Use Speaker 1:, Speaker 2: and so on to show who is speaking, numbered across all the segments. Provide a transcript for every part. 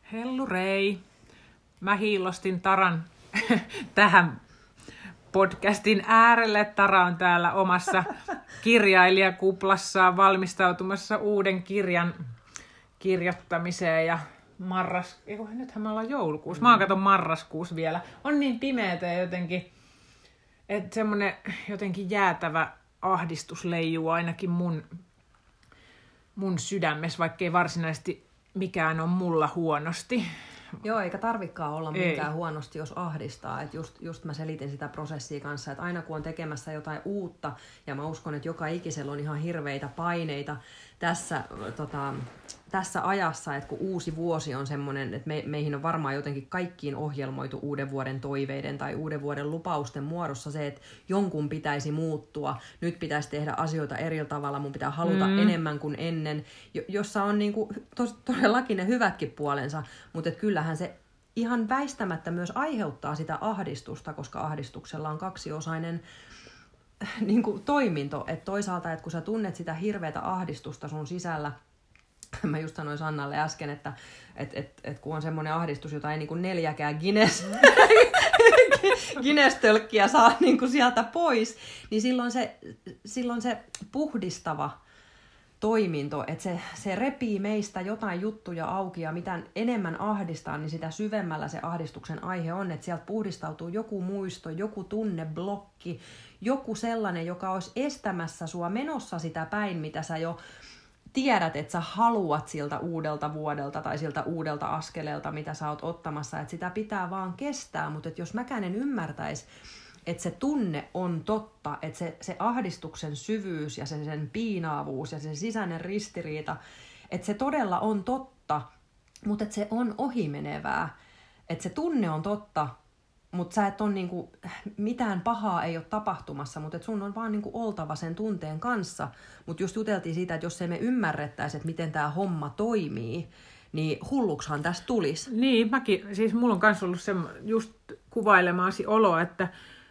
Speaker 1: Hellurei! Mä hiillostin Taran tähän podcastin äärelle. Tara on täällä omassa kirjailijakuplassaan valmistautumassa uuden kirjan kirjoittamiseen. Ja nythän me ollaan joulukuussa. Mä katon marraskuussa vielä. On niin pimeätä jotenkin, että semmoinen jotenkin jäätävä ahdistus leijuu ainakin mun sydämessä, vaikkei varsinaisesti mikään on mulla huonosti.
Speaker 2: Joo, eikä tarvikaan olla mikään huonosti, jos ahdistaa. Et just mä selitin sitä prosessia kanssa, että aina kun on tekemässä jotain uutta, ja mä uskon, että joka ikisellä on ihan hirveitä paineita tässä ajassa, että kun uusi vuosi on semmoinen, että meihin on varmaan jotenkin kaikkiin ohjelmoitu uuden vuoden toiveiden tai uuden vuoden lupausten muodossa se, että jonkun pitäisi muuttua, nyt pitäisi tehdä asioita eri tavalla, mun pitää haluta enemmän kuin ennen, jossa on niinku todellakin ne hyvätkin puolensa, mutta kyllähän se ihan väistämättä myös aiheuttaa sitä ahdistusta, koska ahdistuksella on kaksiosainen niin kuin toiminto, että toisaalta, että kun sä tunnet sitä hirveätä ahdistusta sun sisällä, mä just sanoin Sannalle äsken, että kun on semmoinen ahdistus, jota ei niin kuin 4 Guinness-tölkkiä saa niin kuin sieltä pois, niin silloin se puhdistava toiminto, että se repii meistä jotain juttuja auki, ja mitä enemmän ahdistaa, niin sitä syvemmällä se ahdistuksen aihe on, että sieltä puhdistautuu joku muisto, joku tunneblokki, joku sellainen, joka olisi estämässä sua menossa sitä päin, mitä sä jo tiedät, että sä haluat siltä uudelta vuodelta tai siltä uudelta askeleelta, mitä sä oot ottamassa, että sitä pitää vaan kestää, mutta jos mäkään en ymmärtäisi, että se tunne on totta, että se ahdistuksen syvyys ja sen piinaavuus ja se sisäinen ristiriita, että se todella on totta, mutta että se on ohimenevää, että se tunne on totta, mutta sä et ole niinku, mitään pahaa ei ole tapahtumassa, mutta sun on vaan niinku oltava sen tunteen kanssa. Mutta just juteltiin siitä, että jos ei me ymmärrettäisi, että miten tämä homma toimii, niin hulluksihan tästä tulisi.
Speaker 1: Niin, siis mulla on myös ollut just kuvailemaasi olo, että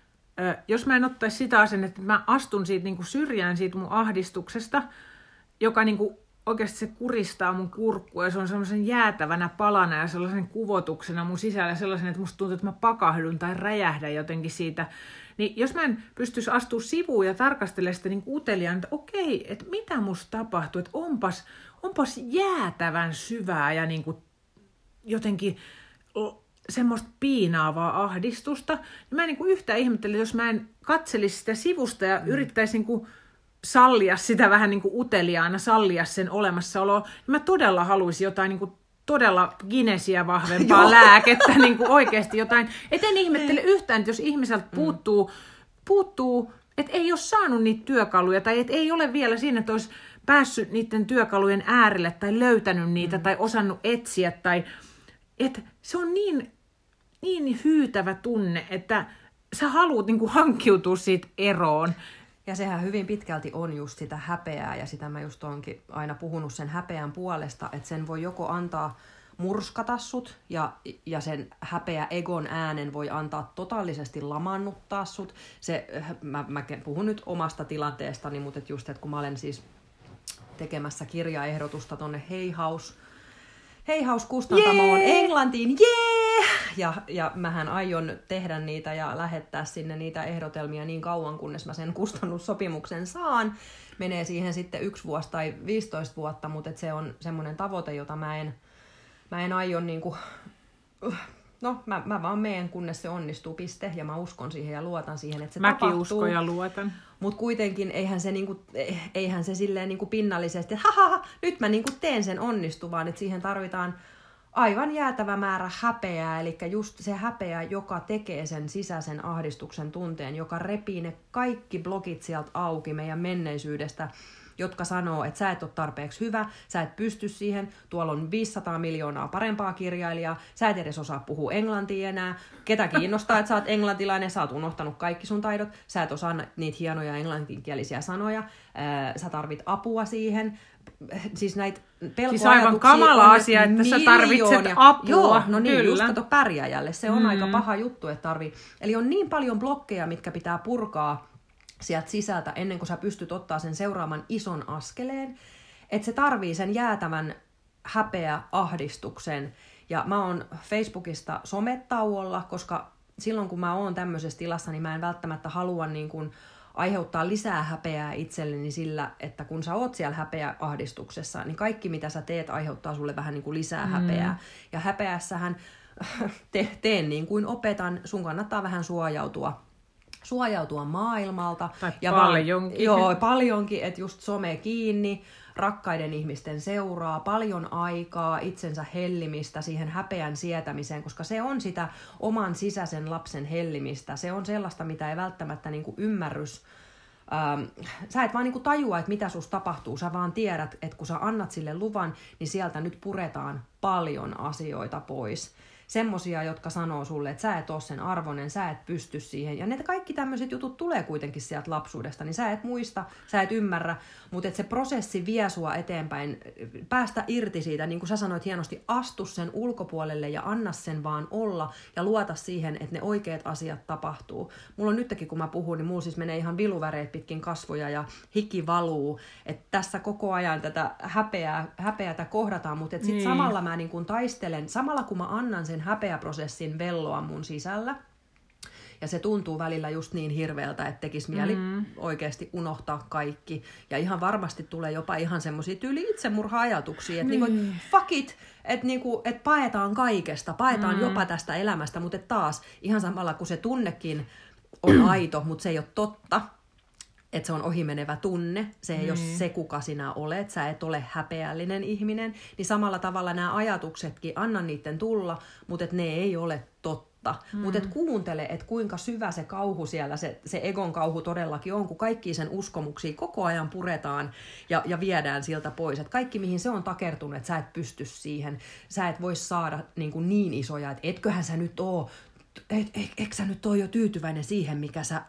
Speaker 1: jos mä en ottaisi sitä asennetta, että mä astun siitä niinku syrjään siitä mun ahdistuksesta, joka niinku oikeasti se kuristaa mun kurkkua ja se on sellaisen jäätävänä palana ja sellaisen kuvotuksena mun sisällä sellaisen, että musta tuntuu, että mä pakahdun tai räjähdän jotenkin siitä. Niin jos mä en pystyisi astua sivuun ja tarkastelemaan sitä niin uteliaan, että okei, että mitä musta tapahtuu, että onpas jäätävän syvää ja niin kuin jotenkin semmoista piinaavaa ahdistusta, niin mä en niin kuin yhtään ihmettele, jos mä en katselisi sitä sivusta ja yrittäisi niin kuin sallia sitä vähän niin kuin uteliaana, sallia sen olemassaoloa. Mä todella haluaisin jotain niin kuin todella Guinnessia vahvempaa lääkettä, niin kuin oikeasti jotain. Et en ihmettele yhtään, että jos ihmiseltä puuttuu, että ei ole saanut niitä työkaluja, tai että ei ole vielä siinä, että olisi päässyt niiden työkalujen äärelle, tai löytänyt niitä, tai osannut etsiä, tai että se on niin hyytävä tunne, että sä haluat niin kuin hankkiutua siitä eroon.
Speaker 2: Ja sehän hyvin pitkälti on just sitä häpeää, ja sitä mä just oonkin aina puhunut sen häpeän puolesta, että sen voi joko antaa murskata sut, ja sen häpeä egon äänen voi antaa totaalisesti lamaannuttaa sut. Mä puhun nyt omasta tilanteestani, mutta just, että kun mä olen siis tekemässä kirjaehdotusta tonne Hay House-kustantamoon Englantiin, ja mähän aion tehdä niitä ja lähettää sinne niitä ehdotelmia niin kauan, kunnes mä sen kustannussopimuksen saan. Menee siihen sitten 1 vuosi tai 15 vuotta, mutta se on semmoinen tavoite, jota mä en aio niinku, mä vaan meen, kunnes se onnistuu, piste, ja mä uskon siihen ja luotan siihen, että se tapahtuu.
Speaker 1: Mäkin uskon ja luotan.
Speaker 2: Mutta kuitenkin eihän se silleen niinku pinnallisesti, että nyt mä niinku teen sen onnistuvaan, että siihen tarvitaan aivan jäätävä määrä häpeää, eli just se häpeä, joka tekee sen sisäisen ahdistuksen tunteen, joka repii ne kaikki blokit sieltä auki meidän menneisyydestä, jotka sanoo, että sä et ole tarpeeksi hyvä, sä et pysty siihen, tuolla on 500 miljoonaa parempaa kirjailijaa, sä et edes osaa puhua englantia enää, ketä kiinnostaa, että sä oot englantilainen, sä oot unohtanut kaikki sun taidot, sä et osaa niitä hienoja englanninkielisiä sanoja, sä tarvit apua siihen, siis näitä pelkoajatuksia
Speaker 1: siis aivan kamala asia, että sä tarvitset apua.
Speaker 2: Joo, no niin, kyllä. Just kato pärjääjälle, se on aika paha juttu, että tarvii. Eli on niin paljon blokkeja, mitkä pitää purkaa sieltä sisältä ennen kuin sä pystyt ottaa sen seuraavan ison askeleen, että se tarvii sen jäätävän häpeäahdistuksen. Ja mä oon Facebookista sometauolla, koska silloin kun mä oon tämmöisessä tilassa, niin mä en välttämättä halua niin kuin aiheuttaa lisää häpeää itselleni sillä, että kun sä oot siellä häpeäahdistuksessa, niin kaikki mitä sä teet aiheuttaa sulle vähän niin kuin lisää häpeää. Ja häpeässähän teen niin kuin opetan, sun kannattaa vähän suojautua maailmalta.
Speaker 1: Tai ja paljonkin.
Speaker 2: Paljonkin, että just some kiinni, rakkaiden ihmisten seuraa, paljon aikaa, itsensä hellimistä siihen häpeän sietämiseen, koska se on sitä oman sisäisen lapsen hellimistä. Se on sellaista, mitä ei välttämättä niin kuin ymmärrys. Sä et vaan niin kuin tajua, että mitä susta tapahtuu. Sä vaan tiedät, että kun sä annat sille luvan, niin sieltä nyt puretaan paljon asioita pois. Semmosia, jotka sanoo sulle, että sä et ole sen arvoinen, sä et pysty siihen. Ja ne kaikki tämmöiset jutut tulee kuitenkin sieltä lapsuudesta, niin sä et muista, sä et ymmärrä, mutta että se prosessi vie sua eteenpäin, päästä irti siitä, niin kuin sä sanoit hienosti, astu sen ulkopuolelle ja anna sen vaan olla ja luota siihen, että ne oikeat asiat tapahtuu. Mulla on nytkin, kun mä puhun, niin mulla siis menee ihan viluväreet pitkin kasvoja ja hiki valuu, että tässä koko ajan tätä häpeätä kohdataan, mutta sitten samalla mä niin kuin taistelen, samalla kun mä annan sen häpeäprosessin velloa mun sisällä. Ja se tuntuu välillä just niin hirveältä, että tekisi mieli oikeasti unohtaa kaikki. Ja ihan varmasti tulee jopa ihan semmoisia tyyli itsemurha-ajatuksia, että niinku, fuck it, että niinku, et paetaan kaikesta, paetaan jopa tästä elämästä, mutta taas ihan samalla kun se tunnekin on aito, mutta se ei ole totta, että se on ohimenevä tunne, se ei ole se, kuka sinä olet, sä et ole häpeällinen ihminen, niin samalla tavalla nämä ajatuksetkin, anna niiden tulla, mutta et ne ei ole totta. Mutta et kuuntele, että kuinka syvä se kauhu siellä, se egon kauhu todellakin on, kun kaikki sen uskomuksia koko ajan puretaan ja viedään siltä pois. Et kaikki, mihin se on takertunut, että sä et pysty siihen, sä et voi saada niin isoja, että etköhän sä nyt oo, eikö sä nyt ole jo tyytyväinen siihen,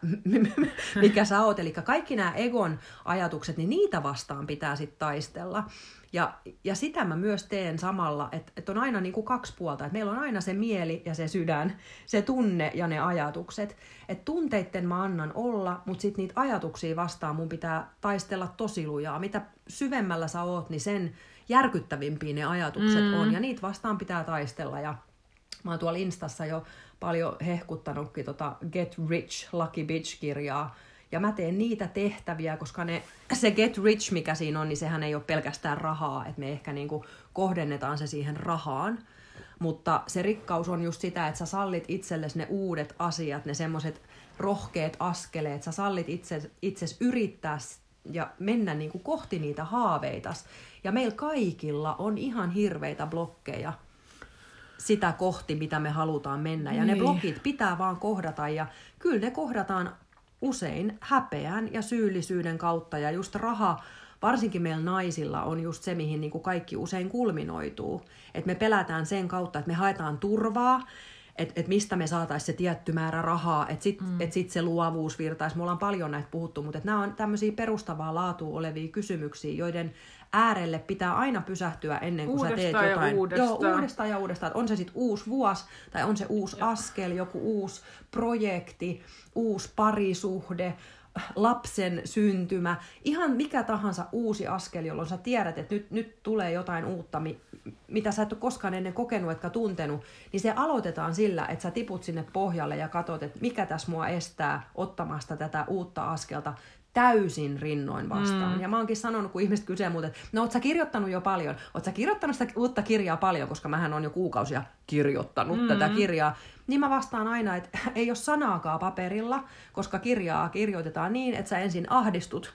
Speaker 2: mikä sä oot? Eli kaikki nämä egon ajatukset, niin niitä vastaan pitää sitten taistella. Ja sitä mä myös teen samalla, että on aina niin kuin kaksi puolta. Että meillä on aina se mieli ja se sydän, se tunne ja ne ajatukset. Että tunteitten mä annan olla, mutta sitten niitä ajatuksia vastaan mun pitää taistella tosi lujaa. Mitä syvemmällä sä oot, niin sen järkyttävimpiä ne ajatukset on. Ja niitä vastaan pitää taistella. Ja mä oon tuolla Instassa jo paljon hehkuttanutkin Get Rich, Lucky Bitch-kirjaa. Ja mä teen niitä tehtäviä, koska se Get Rich, mikä siinä on, niin sehän ei ole pelkästään rahaa. Että me ehkä niinku kohdennetaan se siihen rahaan. Mutta se rikkaus on just sitä, että sä sallit itsellesi ne uudet asiat, ne semmoiset rohkeat askeleet. Sä sallit itses yrittää ja mennä niinku kohti niitä haaveitas. Ja meillä kaikilla on ihan hirveitä blokkeja sitä kohti, mitä me halutaan mennä. Ja ne blokit pitää vaan kohdata, ja kyllä ne kohdataan usein häpeän ja syyllisyyden kautta, ja just raha, varsinkin meillä naisilla, on just se, mihin niin kuin kaikki usein kulminoituu. Että me pelätään sen kautta, että me haetaan turvaa, että mistä me saataisiin se tietty määrä rahaa, että sit se luovuus virtaisi. Me ollaan paljon näitä puhuttu, mutta nämä on tämmöisiä perustavaa laatua olevia kysymyksiä, joiden äärelle pitää aina pysähtyä ennen kuin sä teet jotain. Uudestaan ja uudestaan. On se sitten uusi vuosi, tai on se uusi askel, joku uusi projekti, uusi parisuhde, lapsen syntymä, ihan mikä tahansa uusi askel, jolloin sä tiedät, että nyt tulee jotain uutta, mitä sä et ole koskaan ennen kokenut, etkä tuntenut, niin se aloitetaan sillä, että sä tiput sinne pohjalle ja katsot, että mikä tässä mua estää ottamasta tätä uutta askelta täysin rinnoin vastaan. Ja mä oonkin sanonut, kun ihmiset kysyvät muuten, että no oot sä kirjoittanut jo paljon? Oot sä kirjoittanut sitä uutta kirjaa paljon, koska mähän on jo kuukausia kirjoittanut tätä kirjaa. Niin mä vastaan aina, että ei ole sanaakaan paperilla, koska kirjaa kirjoitetaan niin, että sä ensin ahdistut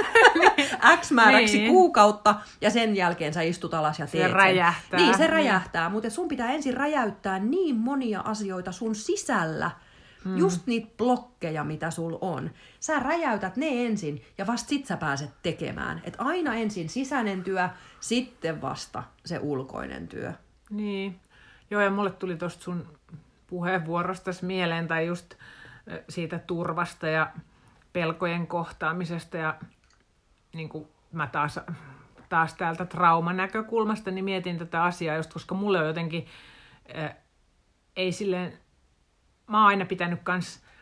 Speaker 2: X määräksi kuukautta, ja sen jälkeen sä istut alas ja teet
Speaker 1: sen. Se räjähtää.
Speaker 2: Niin, se räjähtää, mutta sun pitää ensin räjäyttää niin monia asioita sun sisällä, just niitä blokkeja, mitä sul on. Sä räjäytät ne ensin, ja vasta sit sä pääset tekemään. Et aina ensin sisäinen työ, sitten vasta se ulkoinen työ.
Speaker 1: Niin. Joo, ja mulle tuli tosta sun puheenvuorosta mieleen, tai just siitä turvasta ja pelkojen kohtaamisesta, ja niin kuin mä taas täältä traumanäkökulmasta niin mietin tätä asiaa, just koska mulle on jotenkin, ei silleen, mä oon aina pitänyt kans, mä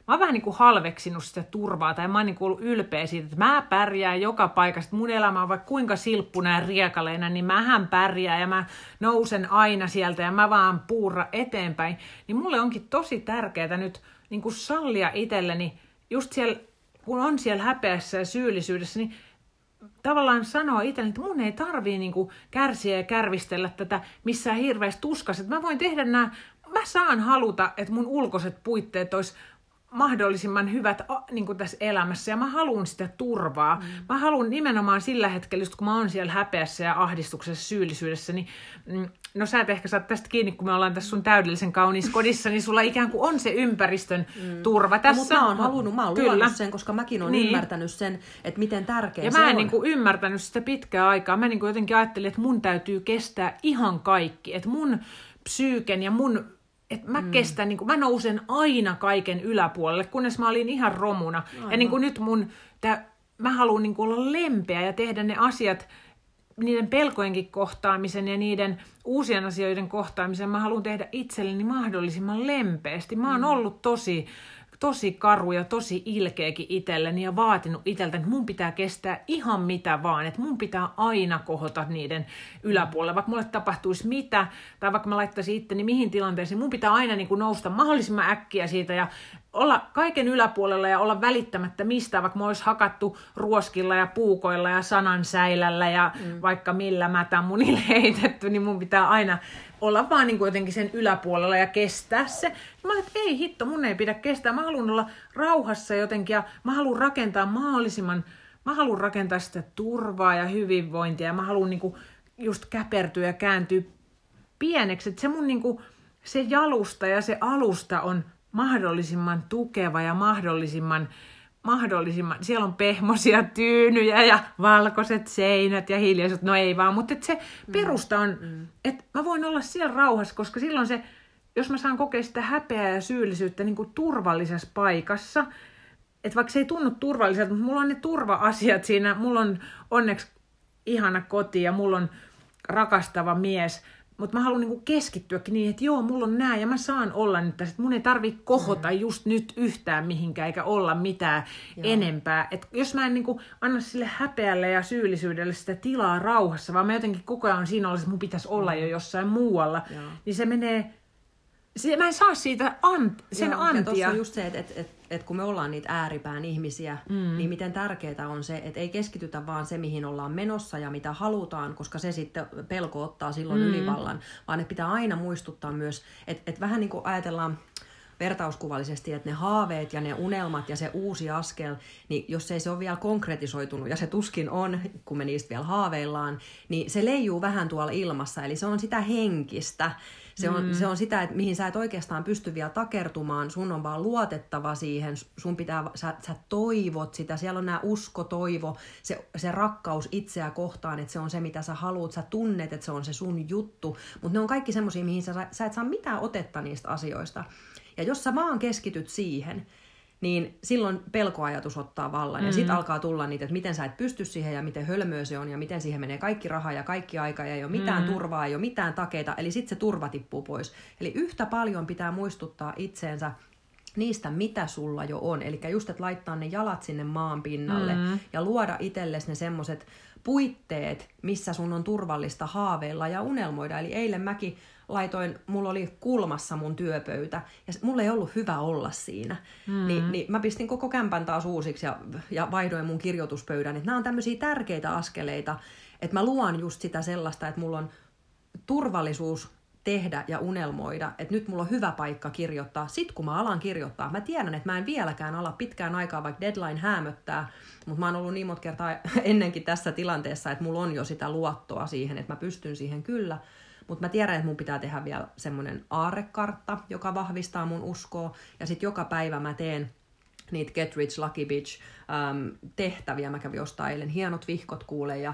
Speaker 1: mä oon vähän niin kuin halveksinut sitä turvaa, tai mä oon niin kuin ollut ylpeä siitä, että mä pärjään joka paikassa, mun elämä on vaikka kuinka silppuna ja riekaleina, niin mähän pärjään ja mä nousen aina sieltä ja mä vaan puurra eteenpäin. Niin mulle onkin tosi tärkeää nyt niin kuin sallia itselleni, just siellä, kun on siellä häpeässä ja syyllisyydessä, niin tavallaan sanoa itselleni, että mun ei tarvii niin kuin kärsiä ja kärvistellä tätä missään hirveässä tuskassa. Että mä voin tehdä nämä, mä saan haluta, että mun ulkoiset puitteet olisi mahdollisimman hyvät niin kuin tässä elämässä, ja mä haluan sitä turvaa. Mä haluan nimenomaan sillä hetkellä, just kun mä oon siellä häpeässä ja ahdistuksessa, syyllisyydessä, niin no sä et ehkä saat tästä kiinni, kun me ollaan tässä sun täydellisen kauniissa kodissa, niin sulla ikään kuin on se ympäristön turva tässä.
Speaker 2: Mutta mä oon luonut sen, koska mäkin olen ymmärtänyt sen, että miten tärkeä
Speaker 1: ja
Speaker 2: se on.
Speaker 1: Ja mä en niin kuin ymmärtänyt sitä pitkää aikaa. Mä niin kuin jotenkin ajattelin, että mun täytyy kestää ihan kaikki, että mun psyyken ja mun että mä kestän, niin kuin, mä nousen aina kaiken yläpuolelle, kunnes mä olin ihan romuna. Aivan. Ja niin kuin nyt mä haluan niin kuin olla lempeä ja tehdä ne asiat, niiden pelkojenkin kohtaamisen ja niiden uusien asioiden kohtaamisen, mä haluan tehdä itselleni mahdollisimman lempeästi. Mä oon ollut tosi karu ja tosi ilkeäkin itselleni ja vaatinut itseltäni, että mun pitää kestää ihan mitä vaan, että mun pitää aina kohota niiden yläpuolelle, vaikka mulle tapahtuisi mitä, tai vaikka mä laittaisin itteni mihin tilanteeseen, mun pitää aina niin kuin nousta mahdollisimman äkkiä siitä ja olla kaiken yläpuolella ja olla välittämättä mistään, vaikka mä olisi hakattu ruoskilla ja puukoilla ja sanansäilällä ja vaikka millä mätämunille heitetty, niin mun pitää aina olla vaan niin kuin jotenkin sen yläpuolella ja kestää se. Mä olin, että ei hitto, mun ei pidä kestää. Mä haluan olla rauhassa jotenkin ja mä haluan rakentaa sitä turvaa ja hyvinvointia ja mä haluan niin kuin just käpertyä ja kääntyä pieneksi. Että se mun niin kuin, se jalusta ja se alusta on mahdollisimman tukeva ja mahdollisimman, siellä on pehmoisia tyynyjä ja valkoiset seinät ja hiljaiset, no ei vaan, mutta se perusta on, että mä voin olla siellä rauhassa, koska silloin se, jos mä saan kokea sitä häpeää ja syyllisyyttä niin kuin turvallisessa paikassa, että vaikka se ei tunnu turvalliselta, mutta mulla on ne turva-asiat siinä, mulla on onneksi ihana koti ja mulla on rakastava mies, mutta mä haluan niinku keskittyäkin niin, että joo, mulla on nää ja mä saan olla nyt tässä. Mun ei tarvitse kohota just nyt yhtään mihinkään eikä olla mitään enempää. Et jos mä en niinku anna sille häpeälle ja syyllisyydelle sitä tilaa rauhassa, vaan mä jotenkin koko ajan siinä olisi, että mun pitäisi olla jo jossain muualla, niin se menee, mä en saa siitä sen antia. Ja
Speaker 2: tuossa on just se, että kun me ollaan niitä ääripään ihmisiä, niin miten tärkeää on se, että ei keskitytä vaan se, mihin ollaan menossa ja mitä halutaan, koska se sitten pelko ottaa silloin ylivallan, vaan että pitää aina muistuttaa myös, että vähän niin kuin ajatellaan vertauskuvallisesti, että ne haaveet ja ne unelmat ja se uusi askel, niin jos ei se ole vielä konkretisoitunut, ja se tuskin on, kun me niistä vielä haaveillaan, niin se leijuu vähän tuolla ilmassa, eli se on sitä henkistä. Se on sitä, että mihin sä et oikeastaan pysty vielä takertumaan, sun on vaan luotettava siihen, sun pitää, sä toivot sitä, siellä on nämä usko, toivo, se rakkaus itseä kohtaan, että se on se, mitä sä haluat, sä tunnet, että se on se sun juttu, mutta ne on kaikki semmoisia, mihin sä et saa mitään otetta niistä asioista. Ja jos sä vaan keskityt siihen, niin silloin pelkoajatus ottaa vallan. Ja sitten alkaa tulla niitä, että miten sä et pysty siihen ja miten hölmöä se on ja miten siihen menee kaikki raha ja kaikki aika ja ei ole mitään turvaa, ei ole mitään takeita. Eli sitten se turva tippuu pois. Eli yhtä paljon pitää muistuttaa itseensä niistä, mitä sulla jo on. Eli just, että laittaa ne jalat sinne maan pinnalle ja luoda itsellesi ne semmoiset puitteet, missä sun on turvallista haaveilla ja unelmoida. Eli eilen mäkin mulla oli kulmassa mun työpöytä, ja mulla ei ollut hyvä olla siinä. Niin mä pistin koko kämpän taas uusiksi ja vaihdoin mun kirjoituspöydän. Että nämä on tämmöisiä tärkeitä askeleita, että mä luon just sitä sellaista, että mulla on turvallisuus tehdä ja unelmoida, että nyt mulla on hyvä paikka kirjoittaa. Sitten kun mä alan kirjoittaa, mä tiedän, että mä en vieläkään ala pitkään aikaa, vaikka deadline häämöttää, mutta mä oon ollut niin monta kertaa ennenkin tässä tilanteessa, että mulla on jo sitä luottoa siihen, että mä pystyn siihen kyllä. Mutta mä tiedän, että mun pitää tehdä vielä semmoinen aarrekartta, joka vahvistaa mun uskoa. Ja sitten joka päivä mä teen niitä Get Rich, Lucky Bitch tehtäviä. Mä kävin jostain eilen hienot vihkot kuulee ja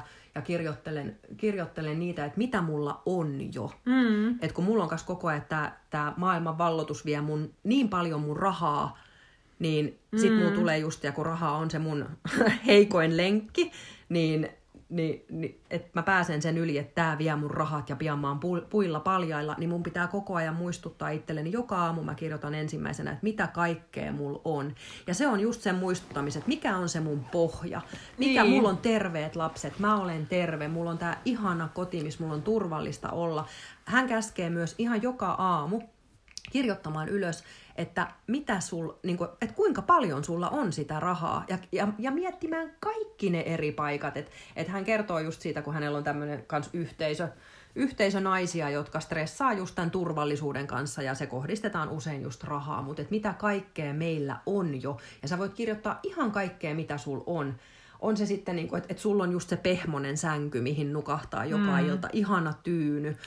Speaker 2: kirjoittelen niitä, että mitä mulla on jo. Että kun mulla on kanssa koko ajan, että tämä maailman vallotus vie niin paljon mun rahaa, niin sit mulla tulee just, ja kun raha on se mun heikoin lenkki, niin että mä pääsen sen yli, että tää vie mun rahat ja pian mä oon puilla paljailla, niin mun pitää koko ajan muistuttaa itselleni. Joka aamu mä kirjoitan ensimmäisenä, että mitä kaikkea mulla on. Ja se on just sen muistuttamisen, että mikä on se mun pohja. Mulla on terveet lapset, mä olen terve, mulla on tää ihana koti, missä mulla on turvallista olla. Hän käskee myös ihan joka aamu kirjoittamaan ylös, että että kuinka paljon sulla on sitä rahaa ja miettimään kaikki ne eri paikat. Että hän kertoo just siitä, kun hänellä on tämmöinen kans yhteisö naisia, jotka stressaa just tämän turvallisuuden kanssa ja se kohdistetaan usein just rahaa, mutta että mitä kaikkea meillä on jo. Ja sä voit kirjoittaa ihan kaikkea, mitä sul on. On se sitten, että sulla on just se pehmonen sänky, mihin nukahtaa joka ilta, ihana tyyny,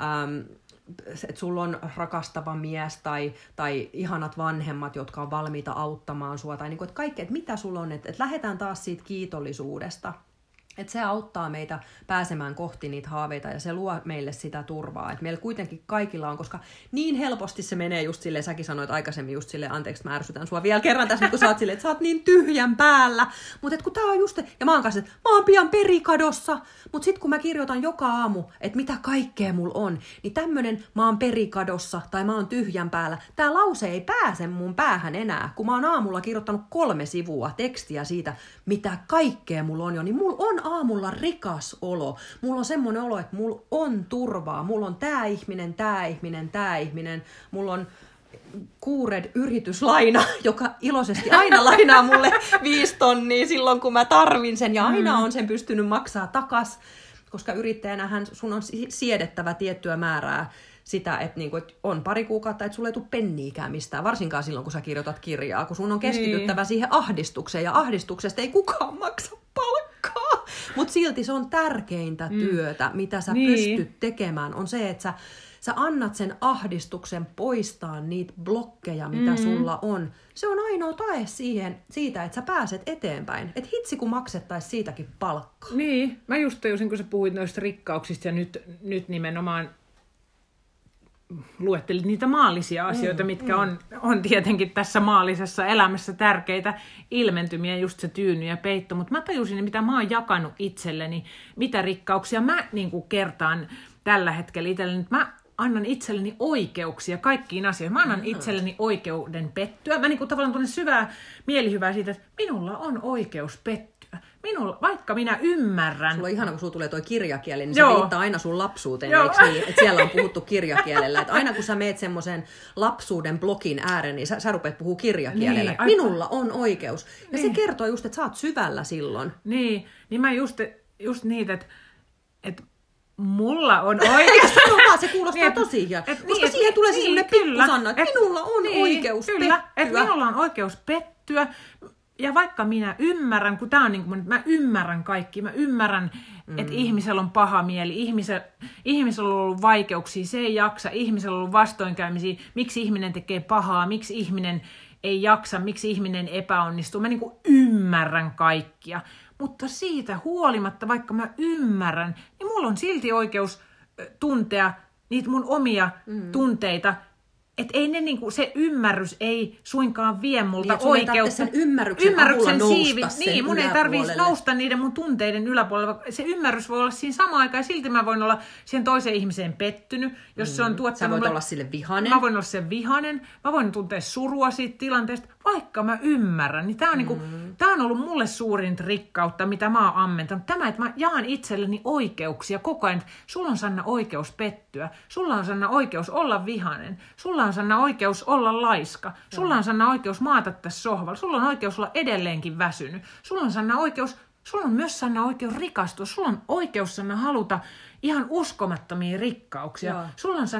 Speaker 2: että sulla on rakastava mies tai ihanat vanhemmat, jotka on valmiita auttamaan sua, tai että kaikkea, että mitä sulla on, että lähdetään taas siitä kiitollisuudesta. Että se auttaa meitä pääsemään kohti niitä haaveita ja se luo meille sitä turvaa. Että meillä kuitenkin kaikilla on, koska niin helposti se menee just silleen, säkin sanoit aikaisemmin just silleen, anteeksi mä ärsytän sua vielä kerran tässä, kun sä oot silleen, että sä oot niin tyhjän päällä. Mutta kun tää on just, ja mä oon kanssa, että mä oon pian perikadossa. Mutta sit kun mä kirjoitan joka aamu, että mitä kaikkea mulla on, niin tämmönen mä oon perikadossa tai mä oon tyhjän päällä, tää lause ei pääse mun päähän enää. Kun mä oon aamulla kirjoittanut 3 sivua tekstiä siitä, mitä kaikkea mulla on jo, niin mulla on aamulla rikas olo. Mulla on semmoinen olo, että mulla on turvaa. Mulla on tää ihminen. Mulla on Kuured-yrityslaina, joka iloisesti aina lainaa mulle 5 tonnia silloin, kun mä tarvin sen. Ja aina on sen pystynyt maksaa takas, koska yrittäjänähän sun on siedettävä tiettyä määrää sitä, että on pari kuukautta, että sulle ei tule penniikään mistään, varsinkaan silloin, kun sä kirjoitat kirjaa, kun sun on keskityttävä siihen ahdistukseen, ja ahdistuksesta ei kukaan maksa palkkaa. Mutta silti se on tärkeintä työtä, mitä sä pystyt tekemään, on se, että sä annat sen ahdistuksen poistaa niitä blokkeja, mitä sulla on. Se on ainoa tae siitä, että sä pääset eteenpäin. Että hitsi, kun maksettaisiin siitäkin palkkaa.
Speaker 1: Niin, mä just tajusin, kun sä puhuit noista rikkauksista ja nyt nimenomaan luettelit niitä maallisia asioita, mitkä on tietenkin tässä maallisessa elämässä tärkeitä ilmentymiä, just se tyyny ja peitto. Mutta mä tajusin, mitä mä oon jakanut itselleni, mitä rikkauksia mä kertaan tällä hetkellä itselleni. Mä annan itselleni oikeuksia kaikkiin asioihin. Mä annan itselleni oikeuden pettyä. Mä tavallaan tunnen syvää mielihyvää siitä, että minulla on oikeus pettyä. Vaikka minä ymmärrän.
Speaker 2: Sulla on ihana, kun sulla tulee toi kirjakieli, niin se viittaa aina sun lapsuuteen, eikö niin? Että siellä on puhuttu kirjakielellä. Että aina kun sä meet semmoisen lapsuuden blogin ääreen, niin sä rupeat puhua kirjakielellä. Niin, minulla on oikeus. Ja se kertoo just, että sä oot syvällä silloin.
Speaker 1: Niin mä just niitä, että mulla on oikeus.
Speaker 2: Se kuulostaa tosi hieno. Koska siihen tulee se semmoinen pikkusanna, että minulla on oikeus pettyä.
Speaker 1: Että minulla on oikeus pettyä. Ja vaikka minä ymmärrän, kun tämä on mä ymmärrän kaikki, mä ymmärrän, että ihmisellä on paha mieli, ihmisellä on ollut vaikeuksia, se ei jaksa, ihmisellä on ollut vastoinkäymisiä, miksi ihminen tekee pahaa, miksi ihminen ei jaksa, miksi ihminen epäonnistuu. Mä ymmärrän kaikkia, mutta siitä huolimatta, vaikka mä ymmärrän, niin mulla on silti oikeus tuntea niitä mun omia tunteita. Että ei ne se ymmärrys ei suinkaan vie multa oikeutta.
Speaker 2: Sen ymmärryksen
Speaker 1: siivi. Niin, mun ei tarvitse nousta niiden mun tunteiden yläpuolella. Se ymmärrys voi olla siinä samaan aikaan ja silti mä voin olla siihen toiseen ihmiseen pettynyt, jos se on tuottanut.
Speaker 2: Sä voit olla sille vihanen.
Speaker 1: Mä voin olla sen vihanen. Mä voin tuntea surua siitä tilanteesta, vaikka mä ymmärrän. Niin tää on ollut mulle suurin rikkautta, mitä mä oon ammentanut. Tämä, että mä jaan itselleni oikeuksia koko ajan. Sulla on, Sanna, oikeus pettyä. Sulla on, Sanna, oikeus olla vihanen. Sulla on, Sanna, oikeus olla laiska. Sulla on, Sanna, oikeus maata tässä sohvalla. Sulla on oikeus olla edelleenkin väsynyt. Sulla on, Sanna, sulla on myös, Sanna, oikeus rikastua. Sulla on oikeus, Sanna, haluta ihan uskomattomia rikkauksia. Joo. Sulla on,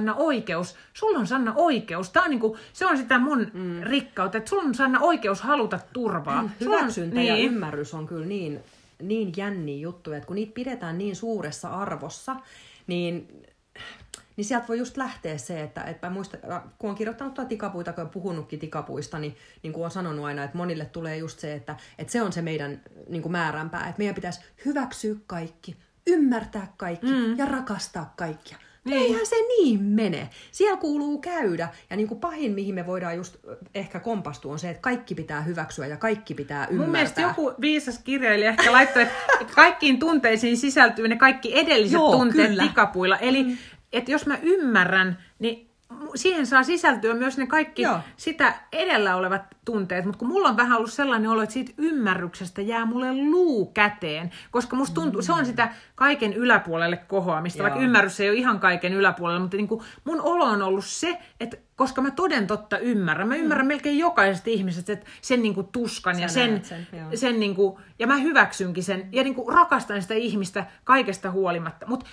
Speaker 1: Sanna, oikeus. Tää on se on sitä mun rikkautta, että sulla on, Sanna, oikeus haluta turvaa.
Speaker 2: Hyväksyntä ja ymmärrys on kyllä niin jänniä juttuja, että kun niitä pidetään niin suuressa arvossa, niin sieltä voi just lähteä se, että mä muistan, kun on kirjoittanut tikapuita, kun on puhunutkin tikapuista, niin kuin on sanonut aina, että monille tulee just se, että se on se meidän määränpää, että meidän pitäisi hyväksyä kaikki, ymmärtää kaikki ja rakastaa kaikkia. Eihän se niin mene. Siellä kuuluu käydä. Ja niin kuin pahin, mihin me voidaan just ehkä kompastua, on se, että kaikki pitää hyväksyä ja kaikki pitää ymmärtää.
Speaker 1: Mun mielestä joku viisas kirjailija ehkä laittoi, että kaikkiin tunteisiin sisältyy ne kaikki edelliset tunteet tikapuilla. Eli että jos mä ymmärrän, niin siihen saa sisältyä myös ne kaikki sitä edellä olevat tunteet, mutta kun mulla on vähän ollut sellainen olo, että siitä ymmärryksestä jää mulle luu käteen, koska musta tuntuu, se on sitä kaiken yläpuolelle kohoamista, vaikka ymmärrys ei ole ihan kaiken yläpuolelle, mutta niin kuin mun olo on ollut se, että koska mä toden totta ymmärrän, mä ymmärrän melkein jokaisesta ihmisestä että sen niin kuin tuskan ja sen niin kuin, ja mä hyväksynkin sen ja niin kuin rakastan sitä ihmistä kaikesta huolimatta, mutta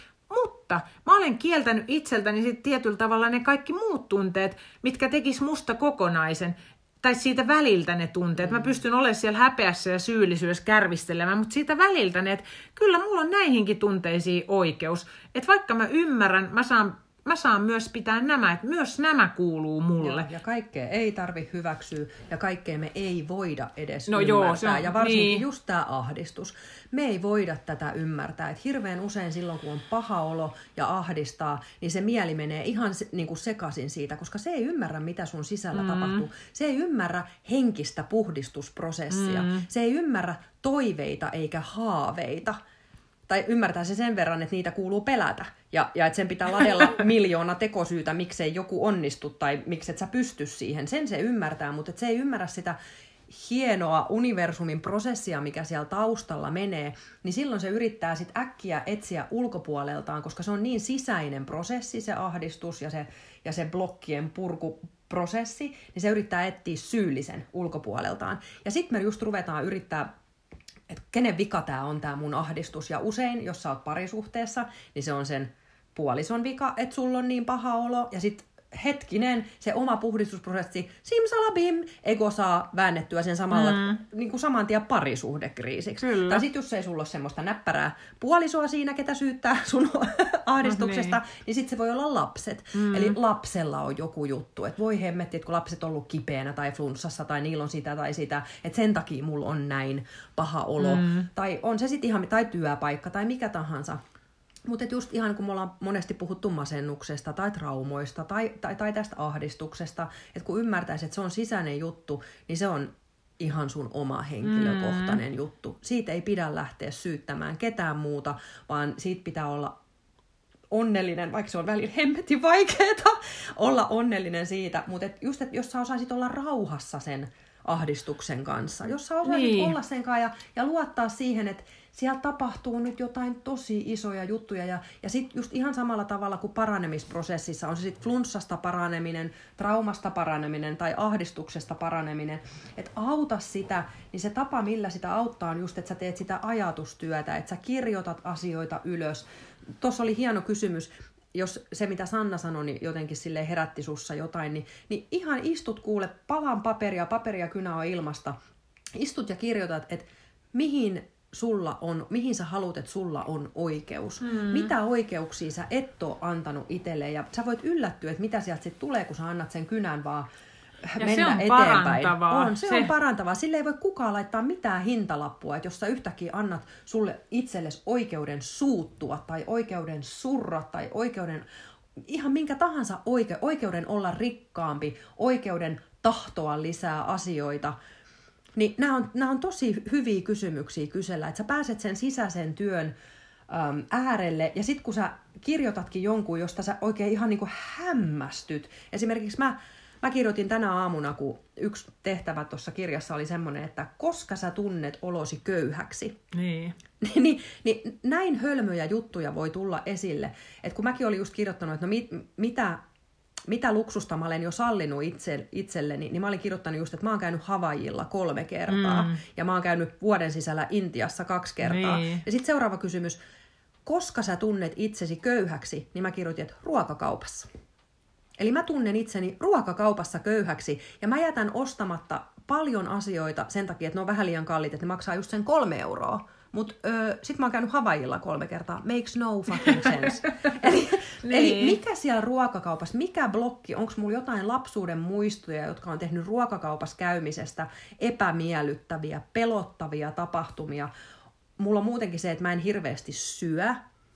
Speaker 1: mä olen kieltänyt itseltäni sit tietyllä tavalla ne kaikki muut tunteet, mitkä tekis musta kokonaisen. Tai siitä väliltä ne tunteet. Mä pystyn olemaan siellä häpeässä ja syyllisyydessä kärvistelemään, mutta siitä väliltä ne, että kyllä mulla on näihinkin tunteisiin oikeus. Että vaikka mä ymmärrän, mä saan myös pitää nämä, että myös nämä kuuluu mulle.
Speaker 2: Ja kaikkea ei tarvi hyväksyä ja kaikkea me ei voida edes ymmärtää. Ja varsinkin just tämä ahdistus. Me ei voida tätä ymmärtää. Et hirveän usein silloin, kun on paha olo ja ahdistaa, niin se mieli menee ihan niin kuin sekaisin siitä, koska se ei ymmärrä, mitä sun sisällä tapahtuu. Se ei ymmärrä henkistä puhdistusprosessia. Se ei ymmärrä toiveita eikä haaveita. Tai ymmärtää se sen verran, että niitä kuuluu pelätä. Ja että sen pitää ladella 1,000,000 tekosyytä, miksei joku onnistu tai mikset sä pysty siihen. Sen se ymmärtää, mutta se ei ymmärrä sitä hienoa universumin prosessia, mikä siellä taustalla menee, niin silloin se yrittää sit äkkiä etsiä ulkopuoleltaan, koska se on niin sisäinen prosessi, se ahdistus ja se blokkien purkuprosessi, niin se yrittää etsiä syyllisen ulkopuoleltaan. Ja sitten me just ruvetaan yrittää, että kenen vika tämä on tämä mun ahdistus. Ja usein, jos sä oot parisuhteessa, niin se on sen puolison vika, että sulla on niin paha olo. Ja sitten hetkinen, se oma puhdistusprosessi, simsalabim, ego saa väännettyä sen samalla, niin kuin saman tien parisuhdekriisiksi. Kyllä. Tai sitten jos ei sulla ole semmoista näppärää puolisoa siinä, ketä syyttää sun ahdistuksesta, niin sitten se voi olla lapset. Eli lapsella on joku juttu, että voi hemmetti, että kun lapset on ollut kipeänä tai flunssassa tai niillä on sitä tai sitä, että sen takia mulla on näin paha olo. Tai on se sitten ihan, tai työpaikka tai mikä tahansa. Mutta just ihan kun me ollaan monesti puhuttu masennuksesta tai traumoista tai tästä ahdistuksesta, että kun ymmärtäisi, että se on sisäinen juttu, niin se on ihan sun oma henkilökohtainen juttu. Siitä ei pidä lähteä syyttämään ketään muuta, vaan siitä pitää olla onnellinen, vaikka se on välillä hemmetin vaikeeta olla onnellinen siitä. Mutta just, että jos sä osaisit olla rauhassa sen ahdistuksen kanssa, jos sä osaisit olla sen kanssa ja luottaa siihen, että siellä tapahtuu nyt jotain tosi isoja juttuja ja sitten just ihan samalla tavalla kuin paranemisprosessissa, on se sitten flunssasta paraneminen, traumasta paraneminen tai ahdistuksesta paraneminen, että auta sitä, niin se tapa millä sitä auttaa on just, että sä teet sitä ajatustyötä, että sä kirjoitat asioita ylös. Tuossa oli hieno kysymys, jos se mitä Sanna sanoi, niin jotenkin silleen herätti sussa jotain, niin ihan istut kuule palan paperia kynä on ilmasta, istut ja kirjoitat, että mihin sä haluat, että sulla on oikeus. Mitä oikeuksia sä et ole antanut itselle. Ja sä voit yllättyä, että mitä sieltä sitten tulee, kun sä annat sen kynän vaan
Speaker 1: ja
Speaker 2: mennä
Speaker 1: se on
Speaker 2: eteenpäin.
Speaker 1: Parantavaa.
Speaker 2: Se on parantavaa. Sille ei voi kukaan laittaa mitään hintalappua, että jos sä yhtäkkiä annat sulle itsellesi oikeuden suuttua tai oikeuden surra tai oikeuden ihan minkä tahansa oikeuden olla rikkaampi, oikeuden tahtoa lisää asioita, niin nämä on tosi hyviä kysymyksiä kysellä, että sä pääset sen sisäisen työn äärelle, ja sitten kun sä kirjoitatkin jonkun, josta sä oikein ihan niinku hämmästyt. Esimerkiksi mä kirjoitin tänä aamuna, kun yksi tehtävä tuossa kirjassa oli semmoinen, että koska sä tunnet olosi köyhäksi, niin näin hölmöjä juttuja voi tulla esille. Että kun mäkin olin just kirjoittanut, että mitä luksusta mä olen jo sallinut itselleni, niin mä olin kirjoittanut just, että mä oon käynyt Havaijilla 3 kertaa, ja mä oon käynyt vuoden sisällä Intiassa 2 kertaa. Ja sitten seuraava kysymys, koska sä tunnet itsesi köyhäksi, niin mä kirjoitin, että ruokakaupassa. Eli mä tunnen itseni ruokakaupassa köyhäksi, ja mä jätän ostamatta paljon asioita sen takia, että ne on vähän liian kalliit, että ne maksaa just sen 3 euroa. Mutta sit mä oon käynyt Havaijilla 3 kertaa. Makes no fucking sense. Eli mikä siellä ruokakaupassa, mikä blokki, onko mulla jotain lapsuuden muistoja, jotka on tehnyt ruokakaupassa käymisestä epämiellyttäviä, pelottavia tapahtumia. Mulla on muutenkin se, että mä en hirveästi syö.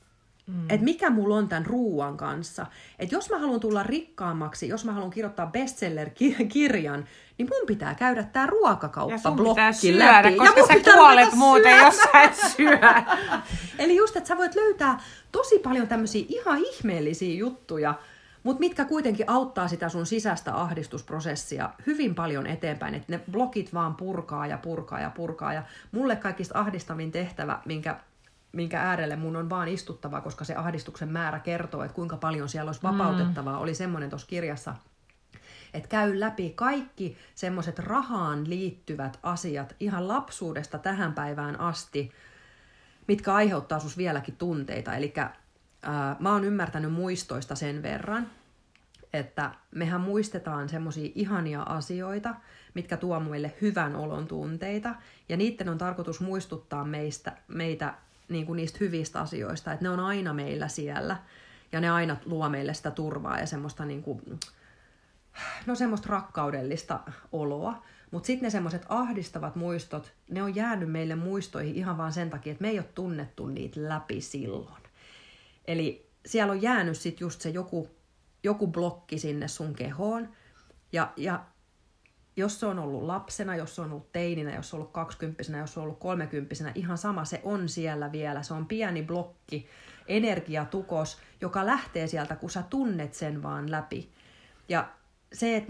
Speaker 2: Että mikä mulla on tämän ruuan kanssa. Että jos mä haluan tulla rikkaammaksi, jos mä haluan kirjoittaa bestseller-kirjan, niin mun pitää käydä tää ruokakauppablokki läpi.
Speaker 1: Koska sä kuolet muuten, jos sä et syö.
Speaker 2: Eli just, että sä voit löytää tosi paljon tämmöisiä ihan ihmeellisiä juttuja, mutta mitkä kuitenkin auttaa sitä sun sisäistä ahdistusprosessia hyvin paljon eteenpäin. Että ne blokit vaan purkaa ja purkaa ja purkaa. Ja mulle kaikista ahdistavin tehtävä, minkä äärelle mun on vaan istuttava, koska se ahdistuksen määrä kertoo, että kuinka paljon siellä olisi vapautettavaa, oli semmoinen tuossa kirjassa, että käy läpi kaikki semmoiset rahaan liittyvät asiat ihan lapsuudesta tähän päivään asti, mitkä aiheuttaa sus vieläkin tunteita. Eli mä oon ymmärtänyt muistoista sen verran, että mehän muistetaan semmoisia ihania asioita, mitkä tuo meille hyvän olon tunteita, ja niiden on tarkoitus muistuttaa meitä niin kuin niistä hyvistä asioista, että ne on aina meillä siellä, ja ne aina luo meille sitä turvaa ja semmoista, niin kuin, semmoista rakkaudellista oloa. Mutta sitten ne semmoiset ahdistavat muistot, ne on jäänyt meille muistoihin ihan vaan sen takia, että me ei ole tunnettu niitä läpi silloin. Eli siellä on jäänyt sitten just se joku blokki sinne sun kehoon, ja jos se on ollut lapsena, jos se on ollut teininä, jos se on ollut 20-vuotiaana, jos se on ollut 30-vuotiaana, ihan sama, se on siellä vielä. Se on pieni blokki, energiatukos, joka lähtee sieltä, kun sä tunnet sen vaan läpi. Ja se, että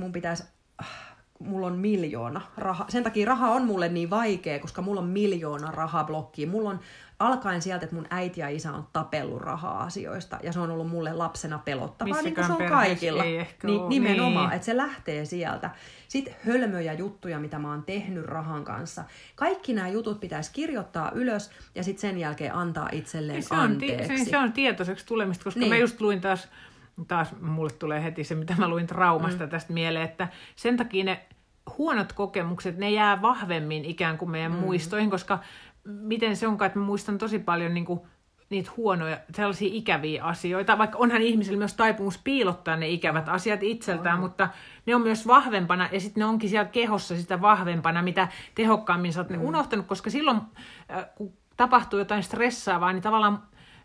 Speaker 2: mulla on 1 000 000 raha. Sen takia raha on mulle niin vaikea, koska mulla on 1 000 000 rahablokkia. Mulla on alkaen sieltä, että mun äiti ja isä on tapellut raha-asioista. Ja se on ollut mulle lapsena pelottavaa, niin kuin se on kaikilla. Nimenomaan, että se lähtee sieltä. Sitten hölmöjä juttuja, mitä mä oon tehnyt rahan kanssa. Kaikki nämä jutut pitäisi kirjoittaa ylös ja sitten sen jälkeen antaa itselleen anteeksi.
Speaker 1: Se on tietoiseksi tulemista, koska mä just luin taas mulle tulee heti se, mitä mä luin traumasta tästä mieleen, että sen takia ne huonot kokemukset, ne jää vahvemmin ikään kuin meidän muistoihin, koska miten se onkaan, että mä muistan tosi paljon niin kuin niitä huonoja, sellaisia ikäviä asioita, vaikka onhan ihmisillä myös taipumus piilottaa ne ikävät asiat itseltään, mutta ne on myös vahvempana, ja sitten ne onkin siellä kehossa sitä vahvempana, mitä tehokkaammin sä oot ne unohtanut, koska silloin, kun tapahtuu jotain stressaavaa, niin tavallaan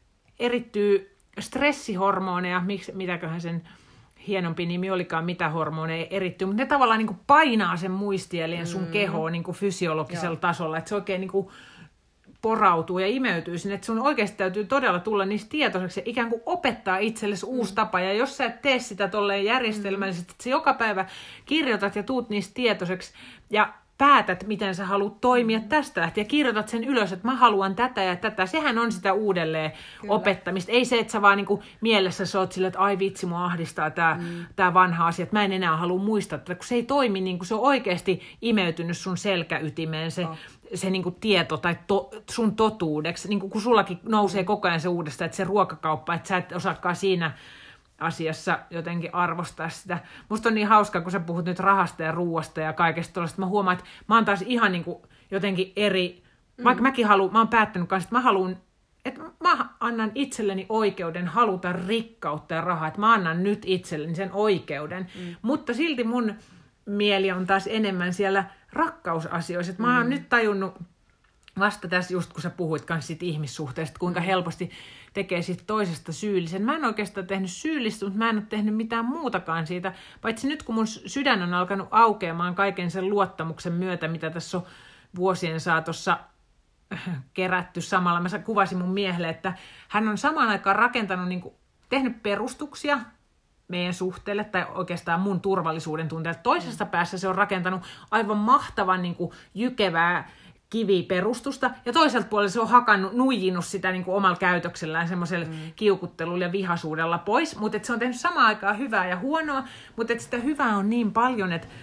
Speaker 1: erittyy stressihormoneja, mitäköhän sen hienompi nimi olikaan, mitä hormoneja erittyy, mutta ne tavallaan niin kuin painaa sen muistielien sun kehoon niin kuin fysiologisella tasolla, että se oikein niin kuin porautuu ja imeytyy sinne, että sun oikeasti täytyy todella tulla niistä tietoiseksi ja ikään kuin opettaa itsellesi uusi tapa, ja jos sä et tee sitä tolleen järjestelmällisesti, että sä joka päivä kirjoitat ja tuut niistä tietoiseksi ja päätät, miten sä haluat toimia tästä lähtien ja kirjoitat sen ylös, että mä haluan tätä ja tätä. Sehän on sitä uudelleen opettamista. Ei se, että sä vaan niin kuin mielessä sä oot silleen, että ai vitsi, mua ahdistaa tää vanha asia, että mä en enää halua muistaa tätä, kun se ei toimi niin kuin se on oikeasti imeytynyt sun selkäytimeen se niin kuin tieto tai sun totuudeksi. Niin kuin kun sullakin nousee koko ajan se uudestaan, että se ruokakauppa, että sä et osaakaan siinä asiassa jotenkin arvostaa sitä. Musta on niin hauskaa, kun sä puhut nyt rahasta ja ruuasta ja kaikesta tuollaista. Mä huomaan, että mä oon taas ihan niin kuin jotenkin eri, vaikka mä oon päättänyt kanssa, että mä haluan, että mä annan itselleni oikeuden haluta rikkautta ja rahaa, että mä annan nyt itselleni sen oikeuden. Mutta silti mun mieli on taas enemmän siellä rakkausasioissa. Että mä oon nyt tajunnut vasta tässä just, kun sä puhuit kanssa siitä ihmissuhteesta, kuinka helposti tekee siitä toisesta syyllisen. Mä en oikeastaan tehnyt syyllistä, mutta mä en ole tehnyt mitään muutakaan siitä. Paitsi nyt, kun mun sydän on alkanut aukeamaan kaiken sen luottamuksen myötä, mitä tässä on vuosien saatossa kerätty samalla. Mä kuvasin mun miehelle, että hän on samaan aikaan rakentanut, niin kuin, tehnyt perustuksia meidän suhteelle tai oikeastaan mun turvallisuuden tunteelle. Toisessa päässä se on rakentanut aivan mahtavan niin kuin, jykevää kiviperustusta, ja toiselta puolella se on nuijinut sitä niin kuin omalla käytöksellään semmoisella kiukuttelulla ja vihaisuudella pois, mutta se on tehnyt samaan aikaan hyvää ja huonoa, mutta sitä hyvää on niin paljon, että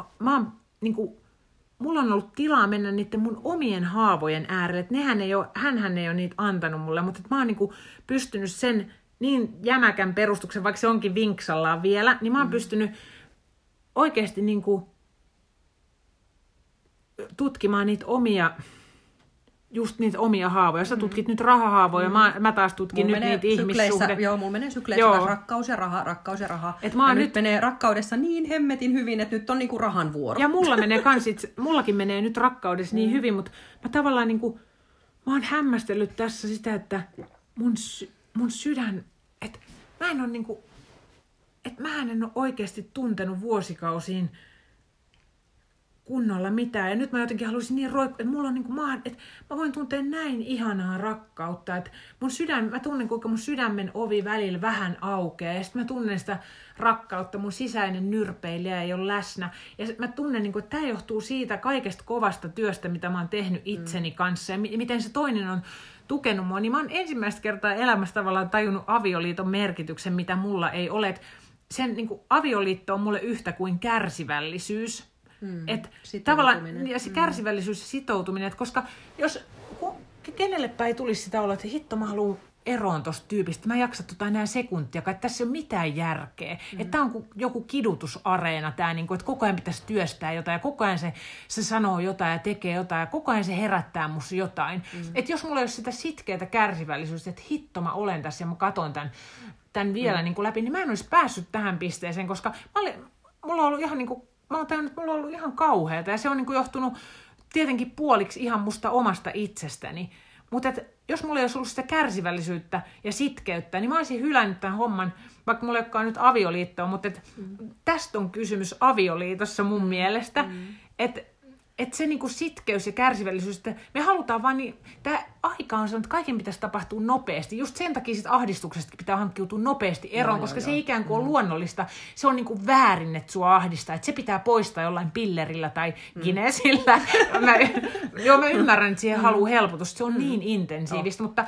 Speaker 1: niin kuin, mulla on ollut tilaa mennä niiden mun omien haavojen äärelle, että hänhän ei ole niitä antanut mulle, mutta mä oon niin kuin pystynyt sen niin jämäkän perustuksen, vaikka se onkin vinksallaan vielä, niin mä oon pystynyt oikeasti niin kuin tutkimaan niitä omia haavoja. Sä tutkit nyt rahahaavoja, mä taas tutkin nyt niitä ihmissuhteita.
Speaker 2: Joo, mulla menee sykleissä rakkaus ja raha. Nyt menee rakkaudessa niin hemmetin hyvin, että nyt on niinku rahan vuoro.
Speaker 1: Ja mullakin menee nyt rakkaudessa niin hyvin, mutta mä tavallaan niinku, mä oon hämmästellyt tässä sitä, että mun sydän, että mähän en ole oikeasti tuntenut vuosikausiin kunnolla mitään. Ja nyt mä jotenkin haluaisin niin että mulla on että mä voin tuntea näin ihanaa rakkautta, että mä tunnen kuinka mun sydämen ovi välillä vähän aukeaa. Ja sitten mä tunnen sitä rakkautta, mun sisäinen nyrpeilijä ei ole läsnä. Ja mä tunnen, että tämä johtuu siitä kaikesta kovasta työstä, mitä mä oon tehnyt itseni kanssa. Ja miten se toinen on tukenut mua. Niin mä oon ensimmäistä kertaa elämässä tavallaan tajunnut avioliiton merkityksen, mitä mulla ei ole. Sen avioliitto on mulle yhtä kuin kärsivällisyys. Että tavallaan ja se kärsivällisyys ja sitoutuminen, että koska jos kenellepä ei tulisi sitä olla, että hitto mä haluan eroon tosta tyypistä, mä en jaksa enää sekuntiakaan, että tässä ei ole mitään järkeä. Että tää on joku kidutusareena tää, että koko ajan pitäisi työstää jotain ja koko ajan se sanoo jotain ja tekee jotain ja koko ajan se herättää musta jotain. Että jos mulla ei ole sitä sitkeätä kärsivällisyyttä, että hitto mä olen tässä ja mä katon tämän vielä läpi, niin mä en olisi päässyt tähän pisteeseen, koska mulla on ollut ihan mä oon tajunnut, että mulla on ollut ihan kauheata ja se on johtunut tietenkin puoliksi ihan musta omasta itsestäni. Mutta jos mulla ei olisi ollut sitä kärsivällisyyttä ja sitkeyttä, niin mä olisin hylännyt tämän homman, vaikka mulla ei olekaan nyt avioliittoa, mutta tästä on kysymys avioliitossa mun mielestä, että se sitkeys ja kärsivällisyys, että me halutaan vaan tämä aika on sellainen, että kaiken pitäisi tapahtua nopeasti. Just sen takia siitä ahdistuksesta pitää hankkiutua nopeasti eroon, koska se ikään kuin on luonnollista. Se on väärin, että sua ahdistaa. Että se pitää poistaa jollain pillerillä tai kinesillä. Mä ymmärrän, että siihen haluaa helpotusta. Se on niin intensiivistä, mutta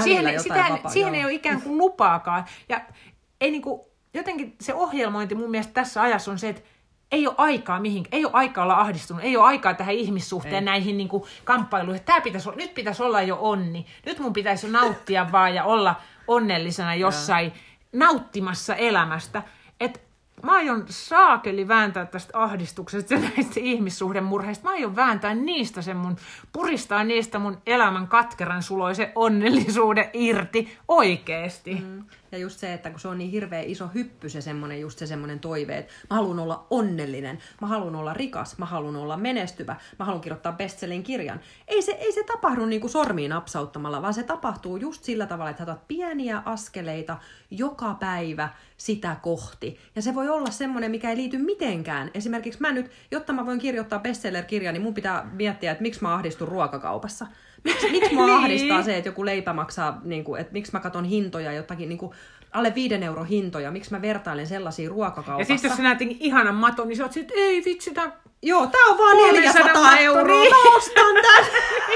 Speaker 1: siihen ei ole ikään kuin lupaakaan. Ja ei jotenkin se ohjelmointi mun mielestä tässä ajassa on se, että ei ole aikaa mihinkään, ei ole aikaa olla ahdistunut, ei ole aikaa tähän ihmissuhteen näihin kamppailuihin. Nyt pitäisi olla jo onni. Nyt mun pitäisi jo nauttia vaan ja olla onnellisena jossain nauttimassa elämästä. Et mä aion saakeli vääntää tästä ahdistuksesta ja näistä ihmissuhdemurheista. Mä aion vääntää puristaa niistä mun elämän katkeran suloisen onnellisuuden irti oikeesti.
Speaker 2: Ja just se, että kun se on niin hirveä iso hyppy se semmoinen toive, että mä haluan olla onnellinen, mä haluan olla rikas, mä haluan olla menestyvä, mä haluan kirjoittaa bestsellin kirjan. Ei se tapahdu sormiin napsauttamalla, vaan se tapahtuu just sillä tavalla, että sä otat pieniä askeleita joka päivä sitä kohti. Ja se voi olla semmoinen, mikä ei liity mitenkään. Esimerkiksi jotta mä voin kirjoittaa bestseller-kirjaa, niin mun pitää miettiä, että miksi mä ahdistun ruokakaupassa. Miksi mua ahdistaa se, että joku leipä maksaa, että miksi mä katson hintoja, jotakin alle 5 € hintoja, miksi mä vertailen sellaisia ruokakaupassa.
Speaker 1: Ja sitten jos sä näet ihanan maton, niin sä oot että ei vitsi, tää
Speaker 2: on vaan 400 €, mä ostan tän.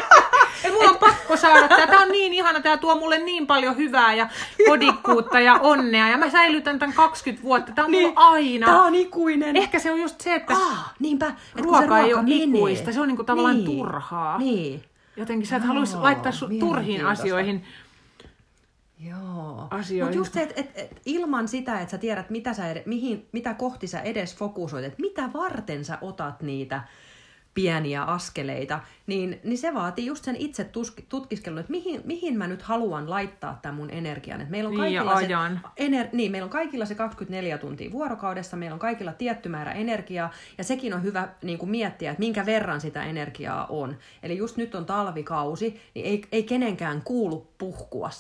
Speaker 1: Et mulla on pakko saada tää. Tää on niin ihana, tää tuo mulle niin paljon hyvää ja kodikkuutta ja onnea. Ja mä säilytän tän 20 vuotta. Tää on mulla aina.
Speaker 2: Tää on ikuinen.
Speaker 1: Ehkä se on just se, että
Speaker 2: niinpä,
Speaker 1: ruoka ei ole ikuista. Se on tavallaan turhaa.
Speaker 2: Niin.
Speaker 1: Jotenkin sä et haluaisi laittaa turhiin asioihin.
Speaker 2: Joo. Mutta just se, että ilman sitä, että sä tiedät, mitä kohti sä edes fokusoit, että mitä varten sä otat niitä pieniä askeleita, niin se vaatii just sen itse tutkiskelun, että mihin mä nyt haluan laittaa tämän mun energian. Että meillä on meillä on kaikilla se 24 tuntia vuorokaudessa, meillä on kaikilla tietty määrä energiaa, ja sekin on hyvä miettiä, että minkä verran sitä energiaa on. Eli just nyt on talvikausi, niin ei kenenkään kuulu puhkua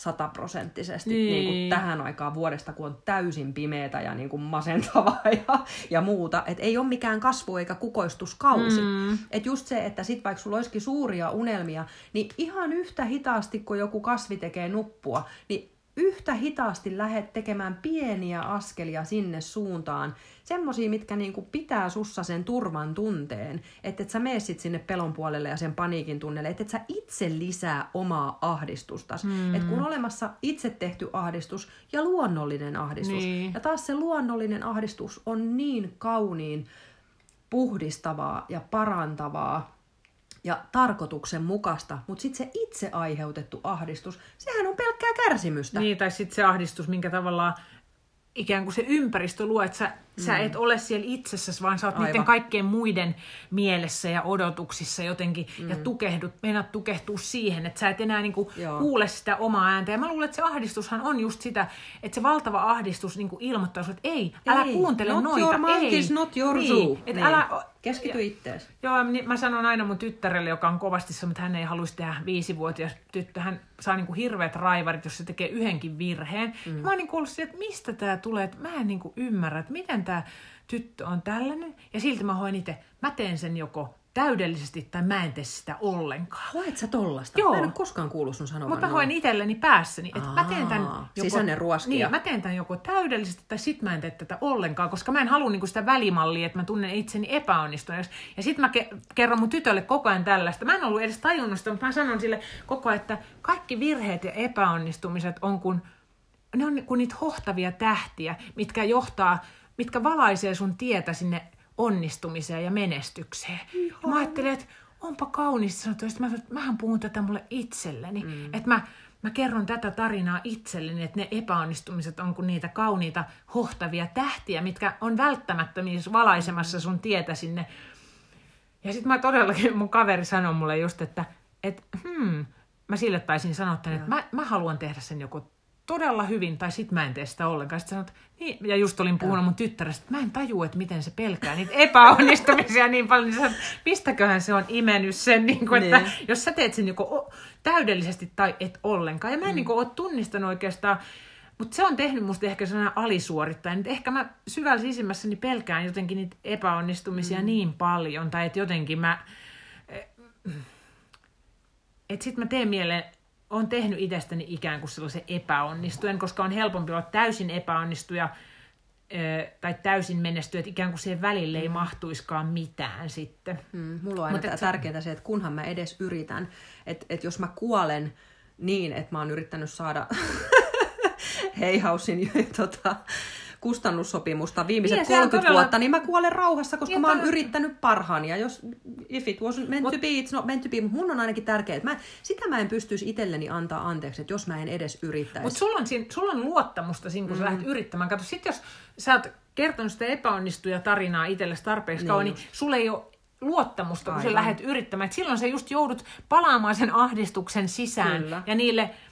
Speaker 2: 100% tähän aikaan vuodesta, kun on täysin pimeätä ja masentavaa ja muuta. Että ei ole mikään kasvu- eikä kukoistuskausi. Että just se, että sit vaikka sulla olisikin suuria unelmia, niin ihan yhtä hitaasti, kun joku kasvi tekee nuppua, niin yhtä hitaasti lähdet tekemään pieniä askelia sinne suuntaan. Semmosia, mitkä pitää sussa sen turvan tunteen. Että et sä meet sit sinne pelon puolelle ja sen paniikin tunnelle. Että et sä itse lisää omaa ahdistustas. Että kun on olemassa itse tehty ahdistus ja luonnollinen ahdistus.
Speaker 1: Niin.
Speaker 2: Ja taas se luonnollinen ahdistus on niin kauniin puhdistavaa ja parantavaa ja tarkoituksenmukaista, mutta sitten se itse aiheutettu ahdistus, sehän on pelkkää kärsimystä.
Speaker 1: Niin, tai sitten se ahdistus, minkä tavallaan ikään kuin se ympäristö luo, että sä et ole siellä itsessäsi, vaan sä oot niiden kaikkien muiden mielessä ja odotuksissa jotenkin, ja meinaat tukehtua siihen, että sä et enää kuule sitä omaa ääntä. Ja mä luulen, että se ahdistushan on just sitä, että se valtava ahdistus ilmoittaa sulle, että älä kuuntele
Speaker 2: not
Speaker 1: noita.
Speaker 2: Your mind is not your zoo.
Speaker 1: Että
Speaker 2: Keskity ittees.
Speaker 1: Joo, niin mä sanon aina mun tyttärelle, joka on kovasti sanonut, että hän ei haluaisi tehdä 5-vuotias tyttö. Hän saa niinku hirveät raivarit, jos se tekee yhdenkin virheen. Mä oon niinku ollut siihen, että mistä tää tulee, että mä en niinku ymmärrä, että miten tää tyttö on tällainen. Ja silti mä hoin itse, mä teen sen joko täydellisesti tai mä en tee sitä ollenkaan.
Speaker 2: Hoet sä tollasta?
Speaker 1: Joo.
Speaker 2: Mä en ole koskaan kuullut sun sanovan.
Speaker 1: Mutta mä hoin itselleni päässäni, että mä teen tämän
Speaker 2: sisäinen ruoskia.
Speaker 1: Niin, mä teen tämän joko täydellisesti tai sit mä en tee tätä ollenkaan, koska mä en halua niinku sitä välimallia, että mä tunnen itseni epäonnistuneeksi. Ja sit mä kerron mun tytölle koko ajan tällaista. Mä en ollut edes tajunnut sitä, mutta mä sanon sille koko ajan, että kaikki virheet ja epäonnistumiset on kun niitä hohtavia tähtiä, mitkä valaisee sun tietä sinne onnistumiseen ja menestykseen. Ja mä ajattelin, että onpa kaunista sanottu. Ja sitten mähän puhun tätä mulle itselleni. Että mä kerron tätä tarinaa itselleni, että ne epäonnistumiset on kuin niitä kauniita hohtavia tähtiä, mitkä on välttämättömiä valaisemassa sun tietä sinne. Ja sitten mä todellakin, mun kaveri sanoi mulle just, että mä sille taisin sanoa tänne, että mä haluan tehdä sen joko todella hyvin, tai sit mä en tee sitä ollenkaan. Sitten sanot, niin, ja just olin puhunut mun tyttärestä, että mä en tajua, että miten se pelkää niitä epäonnistumisia niin paljon. Niin sanot, mistäköhän se on imennyt sen, niin kuin, että jos sä teet sen joko täydellisesti tai et ollenkaan. Ja mä en niin kuin, ole tunnistanut oikeastaan, mutta se on tehnyt musta ehkä sellainen alisuorittaja. Ehkä mä syvällä sisimmässäni pelkään jotenkin niitä epäonnistumisia niin paljon, tai että jotenkin että sit mä teen mieleen, olen tehnyt itsestäni ikään kuin sellaisen epäonnistujan, koska on helpompi olla täysin epäonnistuja tai täysin menestyä, että ikään kuin siihen välille ei mahtuiskaan mitään sitten.
Speaker 2: Mulla on aina tärkeää se, että kunhan mä edes yritän, että jos mä kuolen niin, että mä oon yrittänyt saada Heihausin kustannussopimusta viimeiset 30 vuotta, niin mä kuolen rauhassa, koska mä oon yrittänyt parhaani. Ja jos if it wasn't meant to be, it's not meant to be. Mutta mun on ainakin tärkeää, että sitä mä en pystyisi itselleni antaa anteeksi, että jos mä en edes yrittäisi.
Speaker 1: Mutta sulla on luottamusta siinä, kun sä lähdet yrittämään. Kato, sit jos sä oot kertonut sitä epäonnistuja tarinaa itsellesi tarpeeksi kauan, niin sulla ei ole luottamusta, kun sä lähdet yrittämään. Et silloin sä just joudut palaamaan sen ahdistuksen sisään. Kyllä. Ja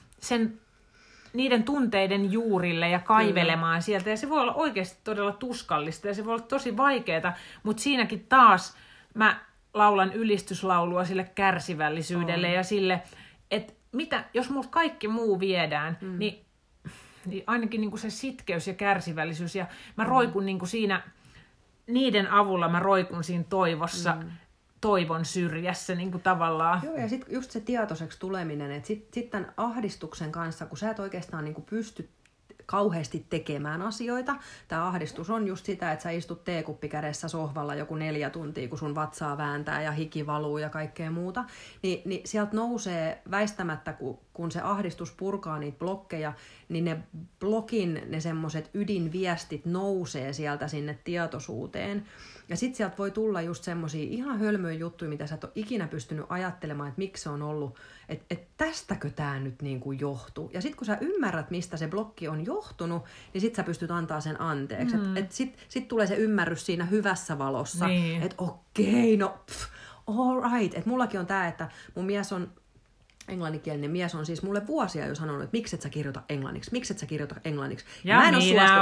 Speaker 1: niiden tunteiden juurille ja kaivelemaan sieltä. Ja se voi olla oikeasti todella tuskallista ja se voi olla tosi vaikeaa, mutta siinäkin taas mä laulan ylistyslaulua sille kärsivällisyydelle ja sille, että jos multa kaikki muu viedään, niin ainakin niinku se sitkeys ja kärsivällisyys. Ja mä roikun niinku siinä, niiden avulla mä roikun siinä toivossa, toivon syrjässä niin kuin tavallaan.
Speaker 2: Joo, ja sitten just se tietoiseksi tuleminen, että sitten tämän ahdistuksen kanssa, kun sä et oikeastaan niin kuin pysty kauheasti tekemään asioita. Tämä ahdistus on just sitä, että sä istut teekuppi kädessä sohvalla joku 4 tuntia, kun sun vatsaa vääntää ja hiki valuu ja kaikkea muuta. Niin sieltä nousee väistämättä, kun se ahdistus purkaa niitä blokkeja, niin ne blokin, ne semmoiset ydinviestit nousee sieltä sinne tietoisuuteen. Ja sitten sieltä voi tulla just semmoisia ihan hölmöjä juttuja, mitä sä et ole ikinä pystynyt ajattelemaan, että miksi se on ollut, että tästäkö tämä nyt niin kuin johtuu. Ja sitten kun sä ymmärrät, mistä se blokki on johtunut, niin sitten sä pystyt antaa sen anteeksi. Sitten tulee se ymmärrys siinä hyvässä valossa, niin. Että okei, all right. Että mullakin on tämä, että mun mies on englanninkielinen mies on siis mulle vuosia jo sanonut, että miksi et sä kirjoita englanniksi.
Speaker 1: Ja mä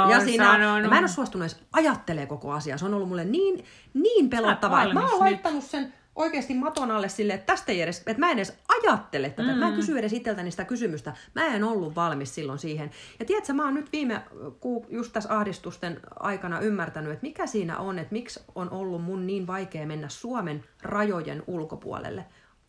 Speaker 2: en ole suostunut edes ajattelee koko asiaa. Se on ollut mulle niin pelottavaa, että mä oon laittanut sen oikeasti maton alle silleen, että tästä ei edes, että mä en edes ajattele tätä. Mä en kysy edes itseltäni sitä kysymystä. Mä en ollut valmis silloin siihen. Ja tiedätkö, mä oon nyt just tässä ahdistusten aikana ymmärtänyt, että mikä siinä on, että miksi on ollut mun niin vaikea mennä Suomen rajojen ulkopuolelle.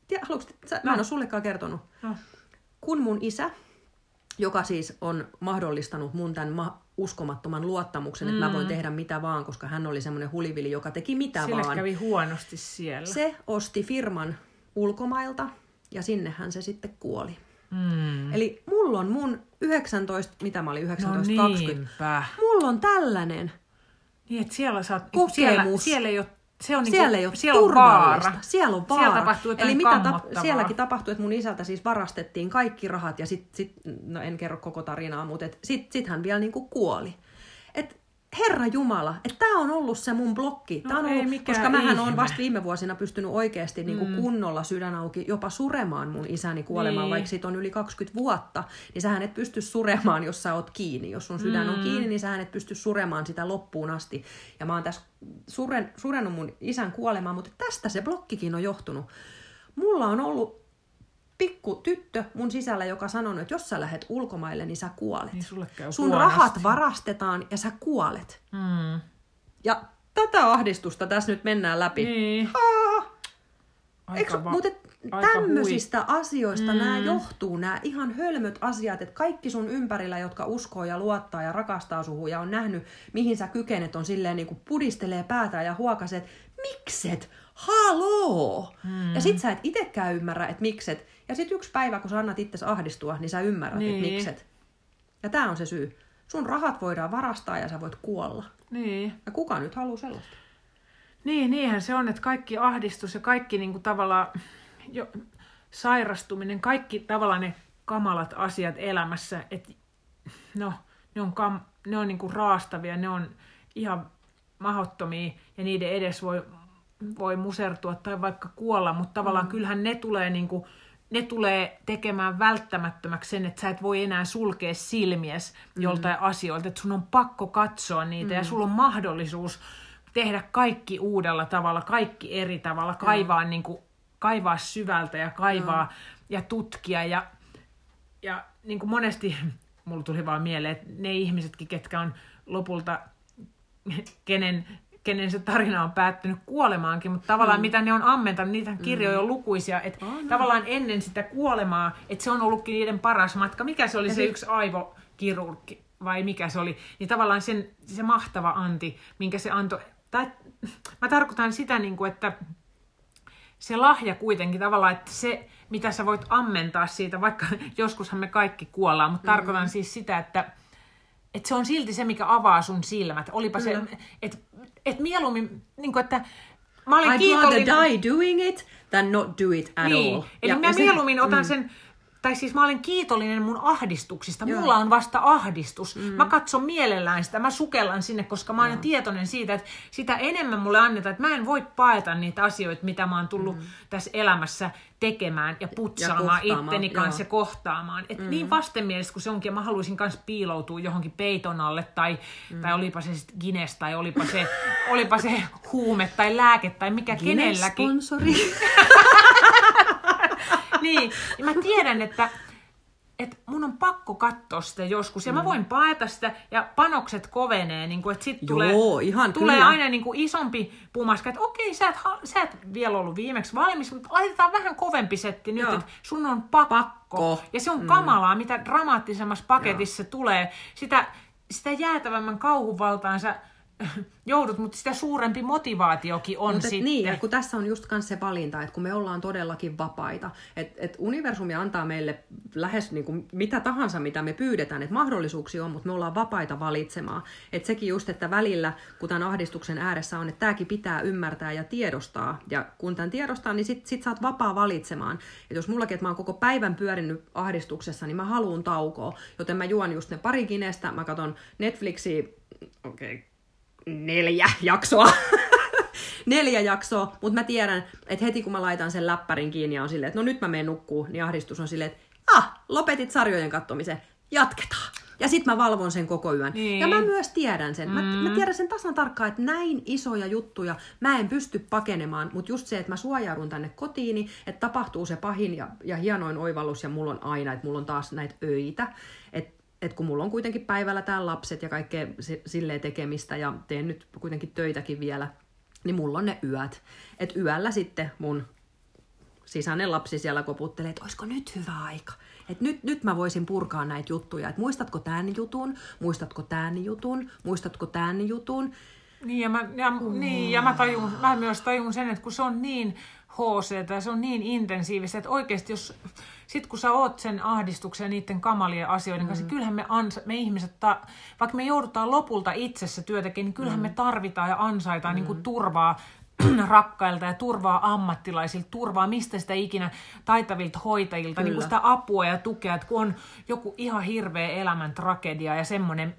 Speaker 2: Mä en ole sullekaan kertonut. No. Kun mun isä, joka siis on mahdollistanut mun tämän uskomattoman luottamuksen, että mä voin tehdä mitä vaan, koska hän oli semmoinen hulivili, joka teki mitä
Speaker 1: Sille
Speaker 2: vaan.
Speaker 1: Kävi huonosti siellä.
Speaker 2: Se osti firman ulkomailta ja sinnehän se sitten kuoli. Eli mulla on mun 19, mitä mä olin, 19,
Speaker 1: no
Speaker 2: 20.
Speaker 1: Niinpä.
Speaker 2: Mulla on tällainen
Speaker 1: niin, että siellä saat,
Speaker 2: kokemus.
Speaker 1: Siellä ei ole
Speaker 2: Siellä ei ole turvallista. Siellä on vaara.
Speaker 1: Siellä tapahtuu jotain
Speaker 2: eli
Speaker 1: sielläkin
Speaker 2: tapahtui, että mun isältä siis varastettiin kaikki rahat ja sit no en kerro koko tarinaa, mutta sit hän vielä niinku kuoli. Herra Jumala, että tämä on ollut se mun blokki. Tää on ollut, koska mähän olen vasta viime vuosina pystynyt oikeasti niin kuin kunnolla sydän auki jopa suremaan mun isäni kuolemaan, vaikka siitä on yli 20 vuotta, niin sähän et pysty suremaan, jos sä oot kiinni. Jos sun sydän on kiinni, niin sähän et pysty suremaan sitä loppuun asti. Ja mä oon tässä surenut mun isän kuolemaan, mutta tästä se blokkikin on johtunut. Mulla on ollut pikku tyttö mun sisällä, joka sanoi, että jos sä lähdet ulkomaille, niin sä kuolet.
Speaker 1: Niin sun
Speaker 2: huonosti. Rahat varastetaan ja sä kuolet. Ja tätä ahdistusta tässä nyt mennään läpi.
Speaker 1: Niin.
Speaker 2: Mutta tämmöisistä asioista nämä johtuu, nämä ihan hölmöt asiat, että kaikki sun ympärillä, jotka uskoo ja luottaa ja rakastaa suhun ja on nähnyt, mihin sä kykenet, on silleen niin kuin pudistelee päätään ja huokaset, mikset? Haloo! Ja sit sä et itekään ymmärrä, että mikset. Ja sit yksi päivä, kun sä annat itsesi ahdistua, niin sä ymmärrät, että mikset. Ja tää on se syy. Sun rahat voidaan varastaa ja sä voit kuolla.
Speaker 1: Niin.
Speaker 2: Ja kuka nyt haluaa sellaista?
Speaker 1: Niin, niinhän se on, että kaikki ahdistus ja kaikki niinku tavallaan sairastuminen, kaikki tavallaan ne kamalat asiat elämässä, että ne on niinku raastavia, ne on ihan mahdottomia ja niiden edes voi musertua tai vaikka kuolla, mutta tavallaan kyllähän ne tulee tekemään välttämättömäksi sen, että sä et voi enää sulkea silmies joltain asioilta, että sun on pakko katsoa niitä ja sulla on mahdollisuus tehdä kaikki uudella tavalla, kaikki eri tavalla, kaivaa syvältä ja kaivaa ja tutkia ja niin kuin monesti mulla tuli vaan mieleen, että ne ihmisetkin, ketkä on lopulta, kenen se tarina on päättynyt kuolemaankin, mutta tavallaan mitä ne on ammentanut, niitä kirjoja on lukuisia, että tavallaan ennen sitä kuolemaa, että se on ollutkin niiden paras matka. Mikä se oli se yksi aivokirurgi vai mikä se oli, niin tavallaan se mahtava anti, minkä se antoi. Mä tarkoitan sitä, että se lahja kuitenkin tavallaan, että se, mitä sä voit ammentaa siitä, vaikka joskushan me kaikki kuollaan, mutta tarkoitan siis sitä, että se on silti se, mikä avaa sun silmät. Olipa se, että mieluummin, että mä olen kiitollinen.
Speaker 2: I'd rather die doing it than not do it at all.
Speaker 1: Eli mä mieluummin otan sen, tai siis mä olen kiitollinen mun ahdistuksista. Mulla on vasta ahdistus. Mä katson mielellään sitä, mä sukellan sinne, koska mä olen tietoinen siitä, että sitä enemmän mulle annetaan, että mä en voi paeta niitä asioita, mitä mä oon tullut tässä elämässä tekemään ja putsaamaan itteni kanssa ja kohtaamaan. Et niin vastenmielistä kuin se onkin, ja mä haluaisin kanssa piiloutua johonkin peiton alle, tai olipa se sitten Guinness, tai olipa se huume tai lääke, tai mikä kenelläkin.
Speaker 2: Guinness-sponsori.
Speaker 1: Niin, ja mä tiedän, että mun on pakko katsoa sitä joskus, ja mä voin paeta sitä, ja panokset kovenee, niin kuin, että sitten tulee aina niin kuin isompi pumaska, että okei, sä et vielä ollut viimeksi valmis, mutta laitetaan vähän kovempi setti nyt, että sun on pakko. Ja se on kamalaa, mitä dramaattisemmassa paketissa tulee, sitä jäätävämmän kauhuvaltaan sä joudut, mutta sitä suurempi motivaatiokin on sitten.
Speaker 2: Niin, kun tässä on just myös se valinta, että kun me ollaan todellakin vapaita, että universumi antaa meille lähes niin kuin mitä tahansa, mitä me pyydetään, että mahdollisuuksia on, mutta me ollaan vapaita valitsemaan. Että sekin just, että välillä, kun tämän ahdistuksen ääressä on, että tämäkin pitää ymmärtää ja tiedostaa, ja kun tämän tiedostaa, niin sit sä oot vapaa valitsemaan. Että jos mullakin, että mä oon koko päivän pyörinyt ahdistuksessa, niin mä haluun taukoa, joten mä juon just ne pari Guinnessta, mä katon Netflixiä, 4 jaksoa. 4 jaksoa, mutta mä tiedän, että heti kun mä laitan sen läppärin kiinni ja on silleen, että no nyt mä menen nukkuu, niin ahdistus on silleen, että lopetit sarjojen katsomisen, jatketaan. Ja sit mä valvon sen koko yön. Niin. Ja mä myös tiedän sen. Mä tiedän sen tasan tarkkaan, että näin isoja juttuja mä en pysty pakenemaan, mutta just se, että mä suojaudun tänne kotiini, että tapahtuu se pahin ja hienoin oivallus ja mulla on aina, että mulla on taas näitä öitä, että kun mulla on kuitenkin päivällä täällä lapset ja kaikkea silleen tekemistä ja teen nyt kuitenkin töitäkin vielä, niin mulla on ne yöt. Että yöllä sitten mun sisäinen lapsi siellä koputtelee, että olisiko nyt hyvä aika. Että nyt mä voisin purkaa näitä juttuja. Että muistatko tämän jutun, muistatko tämän jutun, muistatko tämän jutun.
Speaker 1: Niin, ja mä myös tajun sen, että kun se on niin HC ja se on niin intensiivistä, että oikeasti sit kun sä oot sen ahdistuksen ja niiden kamalien asioiden kanssa, kyllähän me ihmiset, vaikka me joudutaan lopulta itsessä työtäkin, niin kyllähän me tarvitaan ja ansaitaan niin kuin turvaa rakkailta ja turvaa ammattilaisilta, turvaa mistä sitä ikinä taitavilta hoitajilta, niin kuin sitä apua ja tukea, että kun on joku ihan hirveä elämän tragedia ja semmoinen,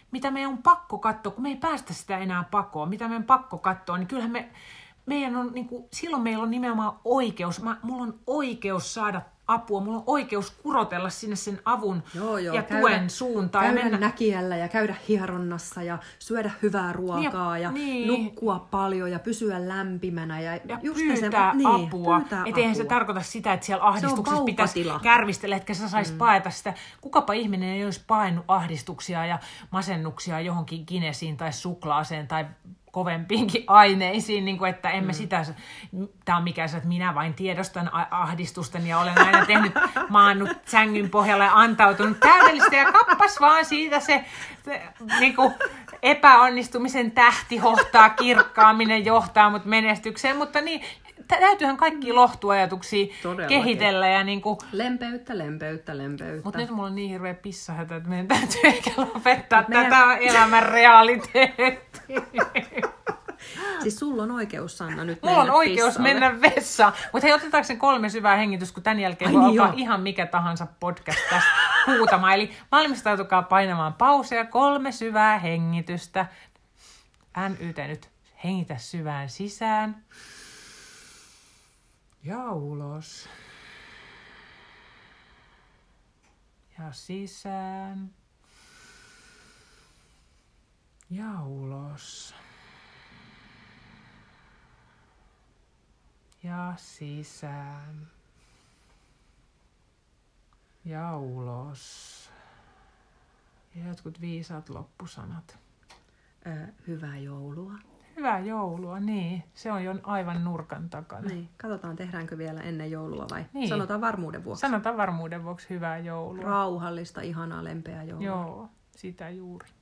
Speaker 1: mitä meidän on pakko katsoa, kun me ei päästä sitä enää pakoon, mitä meidän pakko katsoa, niin kyllähän meidän on, niin kuin, silloin meillä on nimenomaan oikeus, mulla on oikeus saada apua, mulla on oikeus kurotella sinne sen avun ja tuen suuntaan.
Speaker 2: Käydä
Speaker 1: ja mennä
Speaker 2: näkijällä ja käydä hieronnassa ja syödä hyvää ruokaa ja nukkua paljon ja pysyä lämpimänä. Ja just
Speaker 1: pyytää apua. Eihän se tarkoita sitä, että siellä ahdistuksessa pitäisi kärvistellä, etkä sä saisi paeta sitä. Kukapa ihminen ei olisi paennut ahdistuksia ja masennuksia johonkin kinesiin tai suklaaseen tai kovempiinkin aineisiin, niin kuin, että emme sitä, tämä on mikä se, että minä vain tiedostan ahdistusten ja olen aina tehnyt, maannut sängyn pohjalla ja antautunut täydellistä ja kappas vaan siitä se niin kuin epäonnistumisen tähti hohtaa, kirkkaaminen johtaa mut menestykseen, mutta niin, täytyyhän kaikki lohtuajatuksia kehitellä. Ja niin kuin
Speaker 2: lempeyttä.
Speaker 1: Mutta nyt mulla on niin hirveä pissahätä, että meidän täytyy ehkä lopettaa tätä elämän realiteettia.
Speaker 2: Siis sulla on oikeus, Sanna, nyt
Speaker 1: mulla on oikeus mennä vessaan. Mutta hei, otetaanko sen 3 syvää hengitystä, kun tämän jälkeen voi alkaa ihan mikä tahansa podcast tästä huutamaan. Eli valmistautukaa painamaan pauseja, 3 syvää hengitystä. NYT nyt. Hengitä syvään sisään. Ja ulos. Ja sisään. Ja ulos. Ja sisään. Ja ulos. Ja jotkut viisaat loppusanat.
Speaker 2: Hyvää joulua.
Speaker 1: Hyvää joulua, niin. Se on jo aivan nurkan takana.
Speaker 2: Niin. Katsotaan, tehdäänkö vielä ennen joulua vai sanotaan varmuuden vuoksi.
Speaker 1: Sanotaan varmuuden vuoksi hyvää joulua.
Speaker 2: Rauhallista, ihanaa, lempeää joulua.
Speaker 1: Joo, sitä juuri.